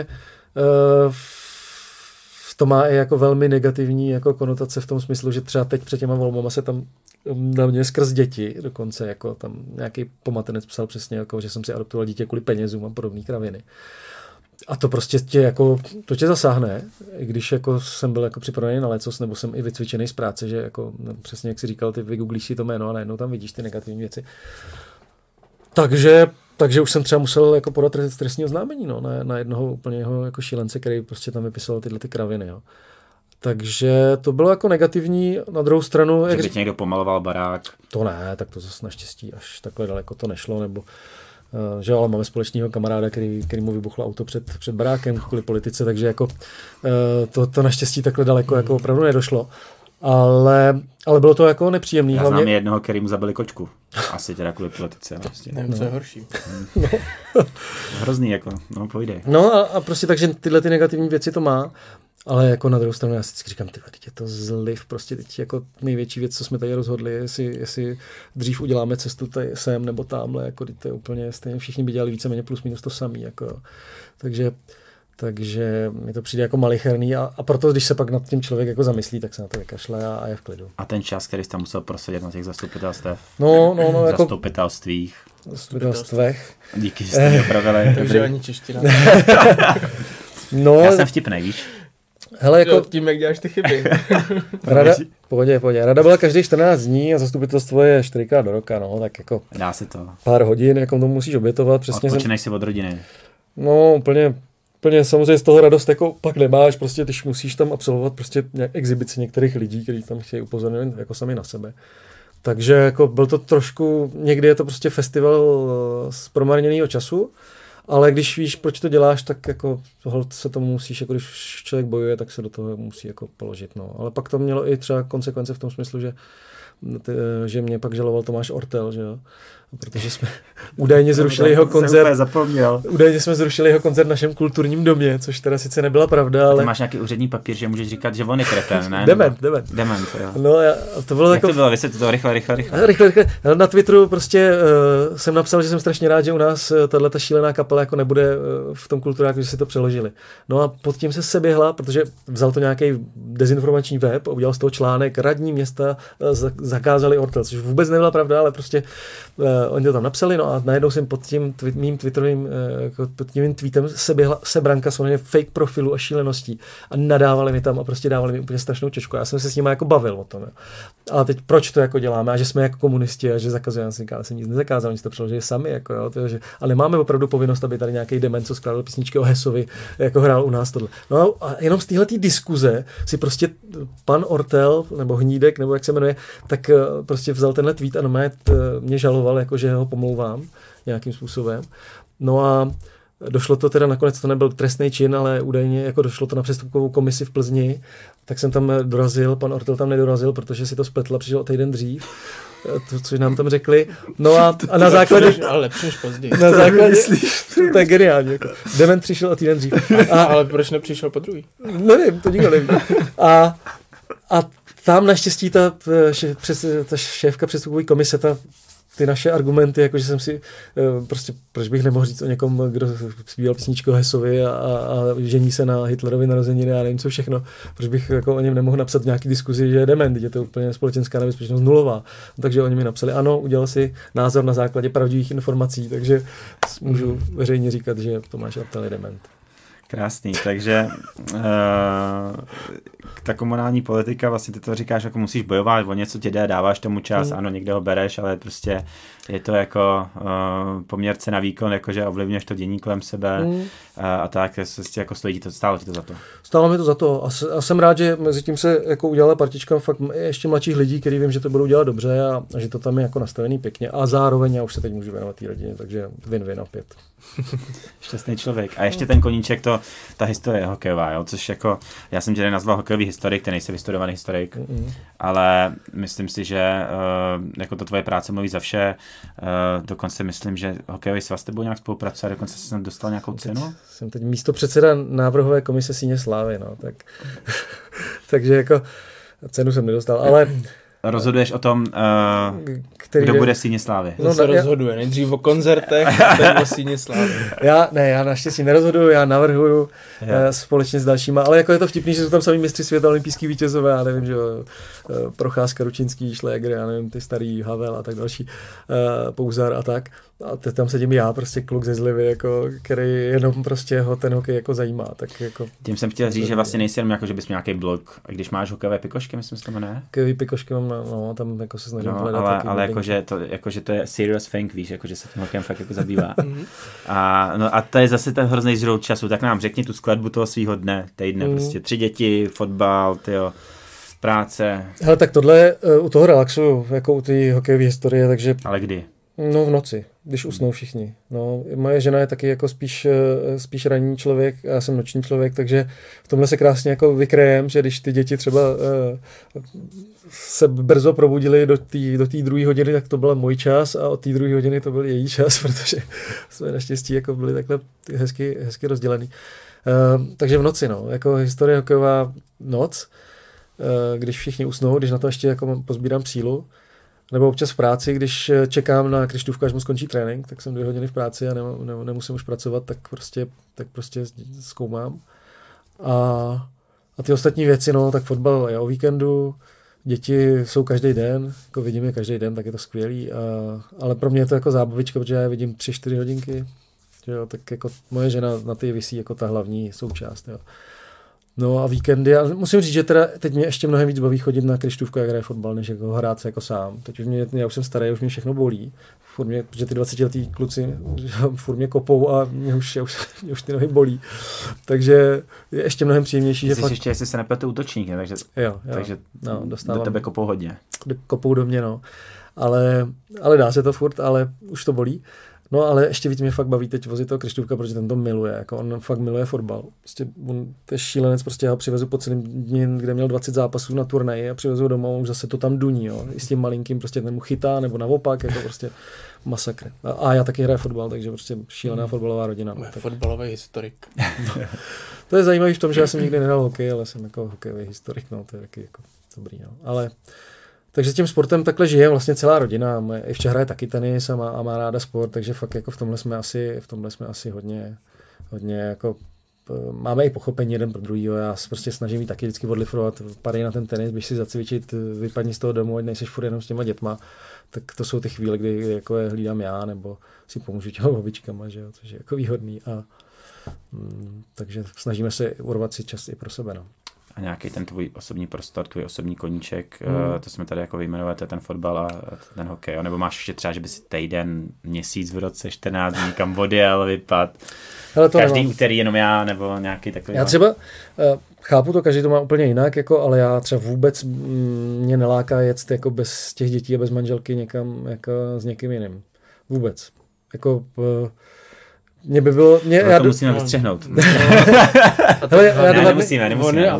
[SPEAKER 1] to má i jako velmi negativní jako konotace v tom smyslu, že třeba teď před těma volbama se tam na mě skrz děti, dokonce jako tam nějaký pomatenec psal přesně, jako, že jsem si adoptoval dítě kvůli penězům a podobné kraviny. A to prostě to tě zasáhne, i když jako jsem byl jako připravený na lecos, nebo jsem i vycvičený z práce, že jako přesně jak jsi říkal, ty vygooglíš si to jméno a najednou tam vidíš ty negativní věci. Takže už jsem třeba musel jako podat trestní oznámení na jednoho úplně jako šílence, který prostě tam vypisoval tyhle ty kraviny. Jo. Takže to bylo jako negativní, na druhou stranu...
[SPEAKER 2] Že by tě někdo pomaloval barák?
[SPEAKER 1] To ne, tak to zase naštěstí až takhle daleko to nešlo, nebo... že ale máme společného kamaráda, který mu vybuchlo auto před barákem kvůli politice, takže jako to naštěstí takhle daleko jako opravdu nedošlo. Ale bylo to jako nepříjemný.
[SPEAKER 2] Já znám jednoho, který mu zabili kočku. Asi teda kvůli politice. Vlastně.
[SPEAKER 6] Nevím, co je horší.
[SPEAKER 1] No.
[SPEAKER 2] Hrozný jako, no pojdej.
[SPEAKER 1] No a prostě takže tyhle ty negativní věci to má, ale jako na druhou stranu já si vždycky říkám, teď je to zliv, prostě teď jako největší věc, co jsme tady rozhodli, jestli dřív uděláme cestu tady sem nebo tamhle, jako to je úplně stejně, všichni by dělali víceméně plus minus to samý, jako, takže mi to přijde jako malicherný a proto, když se pak nad tím člověk jako zamyslí, tak se na to vykašle a je v klidu.
[SPEAKER 2] A ten čas, který jste musel prosadit na těch zastupitelstvech?
[SPEAKER 1] No, jako...
[SPEAKER 2] Zastupitelstvích. Díky, že jste mě opravili.
[SPEAKER 6] Takže ani čeština.
[SPEAKER 1] No,
[SPEAKER 2] já jsem vtipnej, víš?
[SPEAKER 1] Hele, jako...
[SPEAKER 6] Tím, jak děláš ty chyby.
[SPEAKER 1] Pohodě. Rada byla každý 14 dní a zastupitelstvo je 4krát do roka, no, tak jako...
[SPEAKER 2] Dá se to.
[SPEAKER 1] Pár hodin, jako to musíš obětovat. Přesně
[SPEAKER 2] odpočineš si od rodiny.
[SPEAKER 1] No, úplně samozřejmě z toho radost jako pak nemáš, prostě když musíš tam absolvovat prostě exibici některých lidí, kteří tam chtějí upozornit jako sami na sebe. Takže jako byl to trošku, někdy je to prostě festival z promarněného času, ale když víš, proč to děláš, tak jako se tomu musíš, jako když člověk bojuje, tak se do toho musí jako položit. No. Ale pak to mělo i třeba konsekvence v tom smyslu, že mě pak žaloval Tomáš Ortel, že jo? Protože jsme údajně zrušili jeho koncert. Údajně jsme zrušili jeho koncert v našem kulturním domě, což teda sice nebyla pravda, ale...
[SPEAKER 2] Ty máš nějaký úřední papír, že můžeš říkat, že on je kreten, ne?
[SPEAKER 1] Dement,
[SPEAKER 2] jo.
[SPEAKER 1] No, to bylo
[SPEAKER 2] jak to bylo? Vysvětli to rychle.
[SPEAKER 1] Rychle. Na Twitteru prostě jsem napsal, že jsem strašně rád, že u nás tato šílená kapela jako nebude v tom kulturáku, že si to přeložili. No a pod tím se seběhla, protože vzal to nějaký dezinformační web a udělal z toho článek, radní města zakázali Ortel, což vůbec nebyla pravda, ale prostě oni to tam napsali, no a najednou jsem pod tím mým twitterovým, pod tím tweetem seběhla sebranka samozřejmě fake profilu a šíleností a nadávali mi tam a prostě dávali mi úplně strašnou češku. Já jsem se s nimi jako bavil o tom. Jo. Ale teď proč to jako děláme a že jsme jako komunisti a že zakazujeme, já jsem nic nezakázal, oni si to přeložili sami, jako jo, ale máme opravdu povinnost, aby tady nějaký dement, co skládal písničky o Hessovi, jako hrál u nás tohle. No a jenom z téhletý diskuze si prostě pan Ortel nebo Hnídek, nebo jak se jmenuje, tak prostě vzal tenhle tweet a mě žaloval, jako že ho pomlouvám nějakým způsobem. No a došlo to teda, nakonec to nebyl trestný čin, ale údajně jako došlo to na přestupkovou komisi v Plzni, tak jsem tam dorazil, pan Ortel tam nedorazil, protože si to spletl a přišel o týden dřív, to, co nám tam řekli. No a na základě...
[SPEAKER 6] Ale lepší než později.
[SPEAKER 1] Na základě... To je geniální. Jako. Dement přišel o týden dřív.
[SPEAKER 6] Ale proč nepřišel po druhý?
[SPEAKER 1] Nevím, to nikdo neví. A tam naštěstí ta šéfka přestupkové komise, ta ty naše argumenty, jako že jsem si prostě, proč bych nemohl říct o někom, kdo zpíval písničku Hessovi a žení se na Hitlerovi narozeniny a nevím co všechno, proč bych jako o něm nemohl napsat v nějaký diskuzi, že je dement, je to úplně společenská nebezpečnost nulová. Takže oni mi napsali, ano, udělal si názor na základě pravdivých informací, takže můžu veřejně říkat, že Tomáš Aptel je dement.
[SPEAKER 2] Krásný, takže ta komunální politika, vlastně ty to říkáš, jako musíš bojovat, o něco ti jde, dáváš tomu čas, ano, někde ho bereš, ale prostě je to jako poměrce na výkon, jakože ovlivňuješ to dění kolem sebe a tak, jako stojí to, stálo ti to za to.
[SPEAKER 1] Stálo mi to za to a jsem rád, že mezi tím se jako udělala partička fakt ještě mladších lidí, kteří vím, že to budou dělat dobře a že to tam je jako nastavený pěkně a zároveň já už se teď můžu věnovat té rodině, takže win-win opět.
[SPEAKER 2] Šťastný člověk. A ještě ten koníček, ta historie hokejová, jo? Což jako, já jsem tě tady nazval hokejový historik, ty nejsi vystudovaný historik, ale myslím si, že jako to tvoje práce mluví za vše, dokonce myslím, že hokejový svaz s tebou nějak spolupracuje, dokonce jsem dostal nějakou cenu.
[SPEAKER 1] Jsem teď místopředseda návrhové komise Síně slávy, no, tak takže jako cenu jsem nedostal, ale
[SPEAKER 2] rozhoduješ o tom, kdo bude v Síni slávy.
[SPEAKER 6] No, se rozhoduje. Nejdřív o koncertech, potom o Síni slávy.
[SPEAKER 1] Já naštěstí nerozhoduju, já navrhuju společně s dalšíma, ale jako je to vtipný, že jsou tam sami mistři světa, olympijský vítězové, já nevím, že Procházka, Ručinský, Šlégr, já nevím, ty starý Havel a tak další, Pouzar a tak. A tam sedím já, prostě kluk ze Zlivy, jako, který jenom prostě ho ten hokej jako zajímá. Tak jako, tím
[SPEAKER 2] jsem chtěl říct, že vlastně nejsi jenom jako, že bys měl nějaký blog, a když máš hokejové pikošky, myslím, že to ne?
[SPEAKER 1] Hokejové pikošky mám, no, tam jako se snažím
[SPEAKER 2] hledat. Ale jakože to je serious thing, víš, jakože se tím hokejem fakt jako zabývá. a to je zase ten hrozný zdroj času, tak nám řekni tu skladbu toho svýho dne, týdne, prostě 3 děti, fotbal, tyjo, práce.
[SPEAKER 1] Hele, tak tohle u toho relaxuju, jako u té hokejové historie, takže...
[SPEAKER 2] Ale kdy?
[SPEAKER 1] No v noci, když usnou všichni. No, moje žena je taky jako spíš ranní člověk, já jsem noční člověk, takže v tomhle se krásně jako vykrejem, že když ty děti třeba se brzo probudily do té druhé hodiny, tak to byl můj čas a od té druhé hodiny to byl její čas, protože jsme naštěstí jako byli takhle hezky rozdělený. Takže v noci, no, jako historie hokejová noc, když všichni usnou, když na to ještě jako pozbírám sílu, nebo občas v práci, když čekám na Krištůvku, až mu skončí trénink, tak jsem 2 hodiny v práci a nemusím už pracovat, tak prostě zkoumám. A ty ostatní věci, no, tak fotbal je o víkendu, děti jsou každý den, jako vidím je každý den, tak je to skvělý, ale pro mě je to jako zábavička, protože já je vidím 3-4 hodinky, jo, tak jako moje žena na ty visí jako ta hlavní součást, jo. No a víkendy, a musím říct, že teda teď mě ještě mnohem víc baví chodit na Krištůvku, jak hraje fotbal, než jako hrát se jako sám. Teď já už jsem starý, už mě všechno bolí, protože ty 20letý kluci furt mě kopou a mě už ty nohy bolí. Takže je ještě mnohem příjemnější.
[SPEAKER 2] Že ještě, jestli se nepletu útočník, ne? Takže
[SPEAKER 1] no,
[SPEAKER 2] do tebe kopou hodně.
[SPEAKER 1] Kopou do mě, no. Ale dá se to furt, ale už to bolí. No ale ještě víc mě fakt baví teď vozit toho Krištůvka, protože ten to miluje, jako on fakt miluje fotbal. Prostě on, to je šílenec, prostě já ho přivezu po celém dní, kde měl 20 zápasů na turnaji a přivezu ho domů, už zase to tam duní, jo. I s tím malinkým prostě ten mu chytá, nebo naopak, jako prostě masakr. A já taky hraje fotbal, takže prostě šílená fotbalová rodina. No, tak...
[SPEAKER 6] Fotbalový historik.
[SPEAKER 1] To je zajímavý v tom, že já jsem nikdy nehrál hokej, ale jsem jako hokejový historik, no, to je taky jako dobrý, no. Ale takže s tím sportem takhle žije vlastně celá rodina. Ivča hraje taky tenis a má ráda sport, takže fakt jako v tomhle jsme asi hodně jako máme i pochopení jeden pro druhýho. Já se prostě snažím jí taky vždycky odlifrovat, padej na ten tenis, běž si zacvičit, vypadni z toho domu, ať nejseš furt jenom s těma dětma. Tak to jsou ty chvíle, kdy jako je hlídám já, nebo si pomůžu těma babičkama, že jo, což je jako výhodný. Takže snažíme se urvat si čas i pro sebe, no.
[SPEAKER 2] A nějaký ten tvůj osobní prostor, tvůj osobní koníček, to jsme tady jako vyjmenovali, ten fotbal a ten hokej, jo? Nebo máš ještě třeba, že by si týden, měsíc v roce, 14 dní kam odjel, vypad, každý úterý jenom já, nebo nějaký takový.
[SPEAKER 1] Já třeba chápu to, každý to má úplně jinak, jako, ale já třeba vůbec mě neláká jet jako bez těch dětí a bez manželky někam jako s někým jiným. Vůbec. Jako... Mě by bylo...
[SPEAKER 2] to musíme vystřehnout.
[SPEAKER 6] Nemusíme.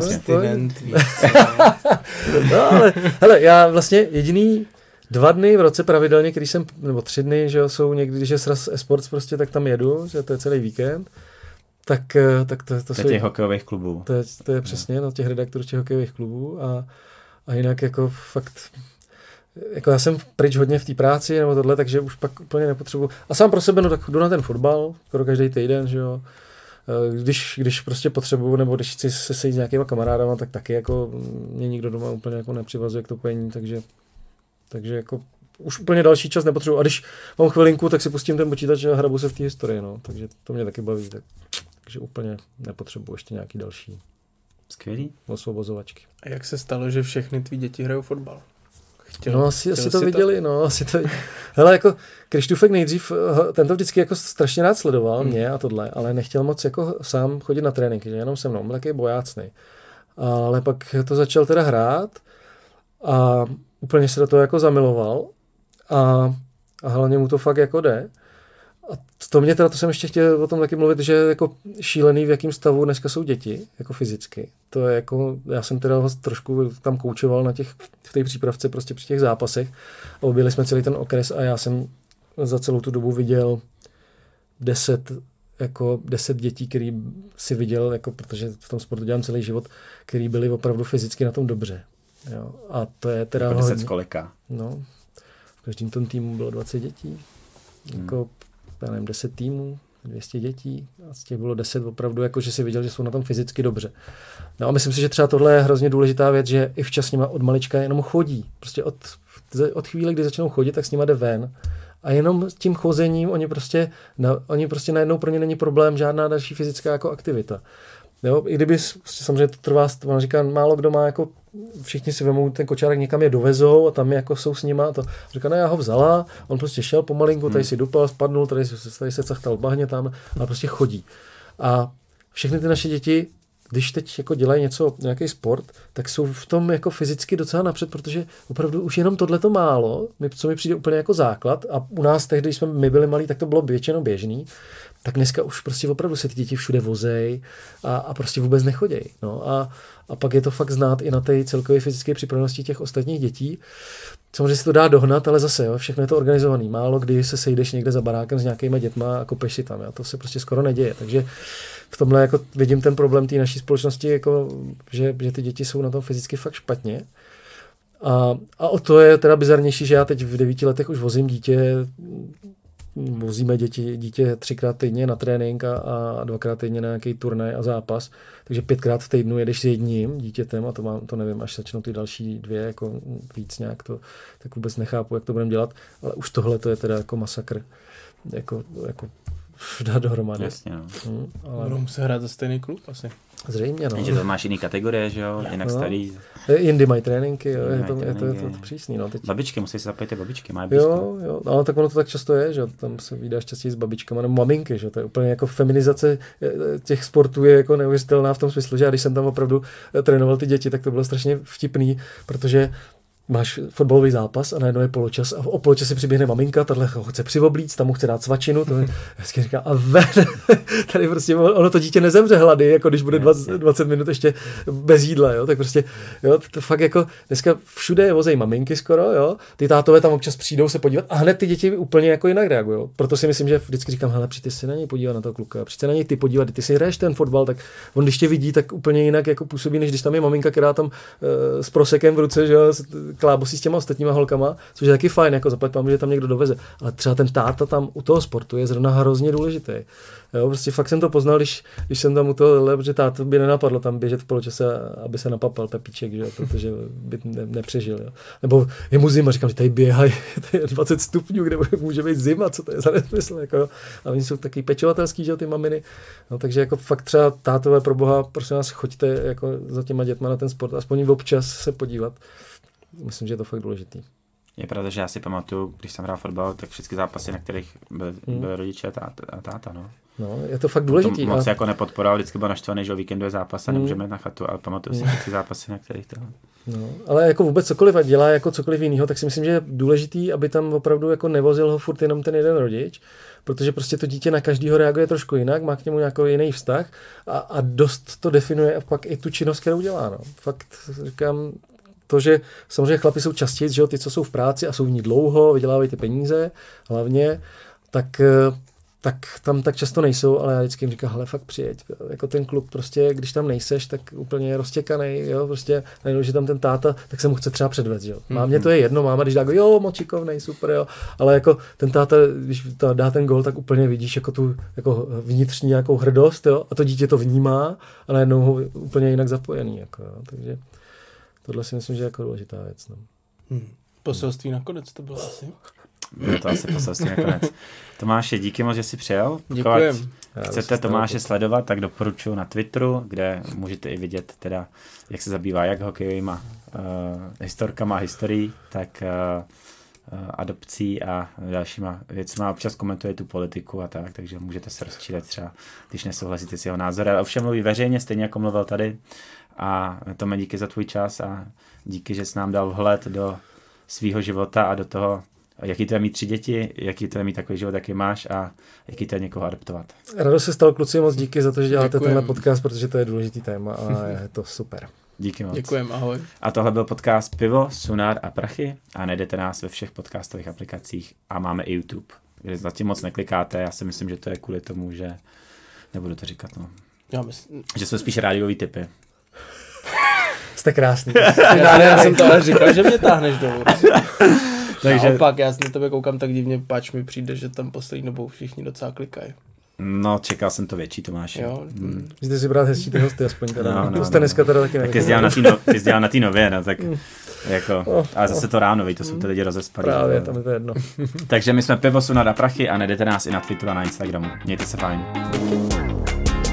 [SPEAKER 1] No, ale hele, já vlastně jediný 2 dny v roce pravidelně, když jsem, nebo 3 dny, že jsou někdy, když je sraz esports prostě, tak tam jedu, že to je celý víkend, tak to jsou...
[SPEAKER 2] těch hokejových klubů.
[SPEAKER 1] To je přesně, no, těch redaktorů těch hokejových klubů a jinak jako fakt... jako já jsem pryč hodně v té práci nebo tohle, takže už pak úplně nepotřebuji. A sám pro sebe, no tak jdu na ten fotbal, skoro každý týden, že jo. Když prostě potřebuju, nebo když chci se sejít s nějakýma kamarádama, tak taky jako mě nikdo doma úplně jako nepřivazuje k topení, takže jako už úplně další čas nepotřebuji. A když mám chvilinku, tak si pustím ten počítač a hrabu se v té historii, no. Takže to mě taky baví, takže úplně nepotřebuji ještě nějaký další.
[SPEAKER 2] Skvělý.
[SPEAKER 1] Osvobozovačky.
[SPEAKER 6] A jak se stalo, že všechny tvý děti hrajou fotbal?
[SPEAKER 1] Asi to viděli, Hele, jako Krištůfek nejdřív, ten to vždycky jako strašně rád sledoval, mě a tohle, ale nechtěl moc jako sám chodit na tréninky, že jenom se mnou, byl takový bojácnej. Ale pak to začal teda hrát a úplně se do toho jako zamiloval a hlavně mu to fakt jako jde. A to jsem ještě chtěl o tom taky mluvit, že jako šílený, v jakém stavu dneska jsou děti, jako fyzicky. To je jako, já jsem teda ho trošku tam koučoval v té přípravce prostě při těch zápasech a objeli jsme celý ten okres a já jsem za celou tu dobu viděl 10 dětí, který si viděl, jako, protože v tom sportu dělám celý život, který byli opravdu fyzicky na tom dobře. Jo. A to je teda
[SPEAKER 2] jako 10 z kolika?
[SPEAKER 1] No, v každém tom týmu bylo 20 dětí. Jako, já nevím, 10 týmů, 200 dětí a z těch bylo 10 opravdu, jako, že si viděl, že jsou na tom fyzicky dobře. No a myslím si, že třeba tohle je hrozně důležitá věc, že i včas s nima od malička jenom chodí. Prostě od chvíle, kdy začnou chodit, tak s nima jde ven. A jenom tím chozením oni prostě najednou pro ně není problém žádná další fyzická jako aktivita. Jo, i kdyby samozřejmě to trvá, on říká, málo kdo má jako, všichni si vemou ten kočárek, někam je dovezou a tam jako jsou s nima a to. Říká, ne, já ho vzala, on prostě šel pomalinku, tady si dupal, spadnul, tady se cachtal v bahně tam a prostě chodí. A všechny ty naše děti, když teď jako dělají nějaký sport, tak jsou v tom jako fyzicky docela napřed, protože opravdu už jenom tohleto málo, co mi přijde úplně jako základ a u nás tehdy, když jsme my byli malí, tak to bylo většinou běžný, tak dneska už prostě opravdu se ty děti všude vozej a prostě vůbec nechodějí. No a pak je to fakt znát i na té celkové fyzické připravenosti těch ostatních dětí. Samozřejmě se to dá dohnat, ale zase, jo, všechno je to organizovaný. Málo kdy se sejdeš někde za barákem s nějakýma dětma a kopeš si tam. Jo. To se prostě skoro neděje. Takže v tomhle jako vidím ten problém té naší společnosti, jako, že ty děti jsou na tom fyzicky fakt špatně. A o to je teda bizarnější, že já teď v 9 letech už vozím dítě, vozíme dítě 3krát týdně na trénink a 2krát týdně na nějaký turnaj a zápas. Takže 5krát v týdnu jedeš s jedním dítětem a to nevím, až začnou ty další 2 jako víc nějak to, tak vůbec nechápu, jak to budeme dělat, ale už tohle to je teda jako masakr. Jako dát dohromady.
[SPEAKER 2] Jasně, no.
[SPEAKER 1] Ale
[SPEAKER 6] budou muset hrát za stejný klub asi.
[SPEAKER 1] Zřejmě, no.
[SPEAKER 2] Takže to máš jiný kategorie, že jo, jinak starý.
[SPEAKER 1] Jindy mají tréninky, jo, je to přísný, no. Teď...
[SPEAKER 2] Babičky, musíš se zapojit ty babičky, mají blízko.
[SPEAKER 1] Jo, ale tak ono to tak často je, že tam se vydáš častěji s babičkama nebo maminky, že to je úplně jako feminizace těch sportů je jako neuvěřitelná v tom smyslu, že já když jsem tam opravdu trénoval ty děti, tak to bylo strašně vtipný, protože máš fotbalový zápas a najednou je poločas a o poločase přiběhne maminka, tahle ho chce přivoblíct, tam mu chce dát svačinu, to hezky říká a ven, tady prostě ono to dítě nezemře hlady, jako když bude 20 minut ještě bez jídla, jo, tak prostě, jo, to fakt jako dneska všude vozej maminky skoro, jo, ty tátové tam občas přijdou se podívat a hned ty děti úplně jako jinak reagujou, proto si myslím, že vždycky říkám, hele, přijďte se na něj podívat na toho kluka, přijďte na něj ty podívat, ty si hraješ ten fotbal, tak on když tě vidí, tak úplně jinak jako působí, než když tam je maminka, která tam s prosekem v ruce, že jo, klábosí s těma ostatníma holkama, což je taky fajn, jako zaplať pán, že tam někdo doveze. Ale třeba ten táta tam u toho sportu je zrovna hrozně důležitý. Jo, prostě fakt jsem to poznal, když jsem tam u toho, protože táta by nenapadlo tam běžet v poločase, aby se napapal Pepíček, že jo, protože by nepřežil. Jo. Nebo je mu zima, říkám, že tady běhají, to je 20 stupňů, kde může být zima, co to je za nesmysl. Jako, a oni jsou taky pečovatelský, že jo, ty maminy. No, takže jako fakt třeba tátové pro boha, prosím vás, choďte jako za těma dětma na ten sport, aspoň občas se podívat. Myslím, že je to fakt důležitý.
[SPEAKER 2] Je pravda, že já si pamatuju, když jsem hrál fotbal, tak všechny zápasy, na kterých byli rodiče a táta, no.
[SPEAKER 1] No, je to fakt důležitý.
[SPEAKER 2] To moc jako nepodporoval, vždycky byl naštvaný, že o víkendu je zápas a nemůžeme jít na chatu, ale pamatuju si všechny zápasy, na kterých to.
[SPEAKER 1] No, ale jako vůbec cokoliv a dělá jako cokoliv jiného, tak si myslím, že je důležitý, aby tam opravdu jako nevozil ho furt jenom ten jeden rodič, protože prostě to dítě na každýho reaguje trošku jinak, má k němu nějaký jiný vztah a dost to definuje a pak i tu činnost, kterou dělá. No. Fakt říkám, to, že samozřejmě chlapi jsou častěji, že jo, ty, co jsou v práci a jsou v ní dlouho, vydělávají ty peníze hlavně, tak tak tam tak často nejsou, ale já vždycky jim říkám, hele, fakt přijeď. Jako ten klub prostě, když tam nejseš, tak úplně je roztěkanej, jo, prostě najednou, že tam ten táta, tak se mu chce třeba předvést, jo. Mámě to je jedno, máma, když dá go, jo, moc šikovnej, super, jo, ale jako ten táta, když dá ten gól, tak úplně vidíš jako tu jako vnitřní nějakou hrdost, jo, a to dítě to vnímá a najednou ho úplně jinak zapojený, jako, jo, takže tohle si myslím, že je jako důležitá věc, no.
[SPEAKER 6] Poselství nakonec to bylo asi.
[SPEAKER 2] Bylo to asi poselství nakonec. Tomáši, díky moc, že jsi přijel.
[SPEAKER 6] Děkujem.
[SPEAKER 2] Chcete Tomáše sledovat, tak doporučuji na Twitteru, kde můžete i vidět teda, jak se zabývá jak hokejovýma historkama a historií, tak adopcí a dalšíma věcma. Občas komentuje tu politiku a tak, takže můžete se rozčílet třeba, když nesouhlasíte s jeho názorem. Ale ovšem mluví veřejně, stejně jako mluvil tady. A Tome, díky za tvůj čas a díky, že jsi nám dal vhled do svýho života a do toho, jaký to je mít 3 děti, jaký to je mít takový život, jaký máš a jaký to je někoho adoptovat.
[SPEAKER 1] Rado se stalo, kluci, moc díky za to, že děláte tenhle podcast, protože to je důležitý téma a je to super.
[SPEAKER 2] Díky moc.
[SPEAKER 6] Děkujem, ahoj.
[SPEAKER 2] A tohle byl podcast Pivo, Sunar a Prachy a najdete nás ve všech podcastových aplikacích a máme i YouTube, kde zatím moc neklikáte, já si myslím, že to je kvůli tomu, že nebudu to říkat, no.
[SPEAKER 6] Já myslím,
[SPEAKER 2] Že jsme spíš rádiový typy.
[SPEAKER 1] Jste krásný.
[SPEAKER 6] já jsem to ale říkal, že mě táhneš dolů.
[SPEAKER 2] Takže...
[SPEAKER 6] Naopak, já na tebe koukám tak divně, páč mi přijde, že tam poslední dobou všichni docela klikají.
[SPEAKER 2] No, čekal jsem to větší, Tomáši.
[SPEAKER 1] Můžete si brát hezčí ty hosty, aspoň teda.
[SPEAKER 2] No,
[SPEAKER 1] to jste dneska teda taky
[SPEAKER 2] tak ty jsi dělal na té nově, no, tak jako, ale zase to ráno, to jsou ty lidi rozespaný.
[SPEAKER 1] Právě, tam je to jedno.
[SPEAKER 2] Takže my jsme Pivo, Sunar a Prachy a najdete nás i na Twitteru a na Instagramu. Mějte se fajn.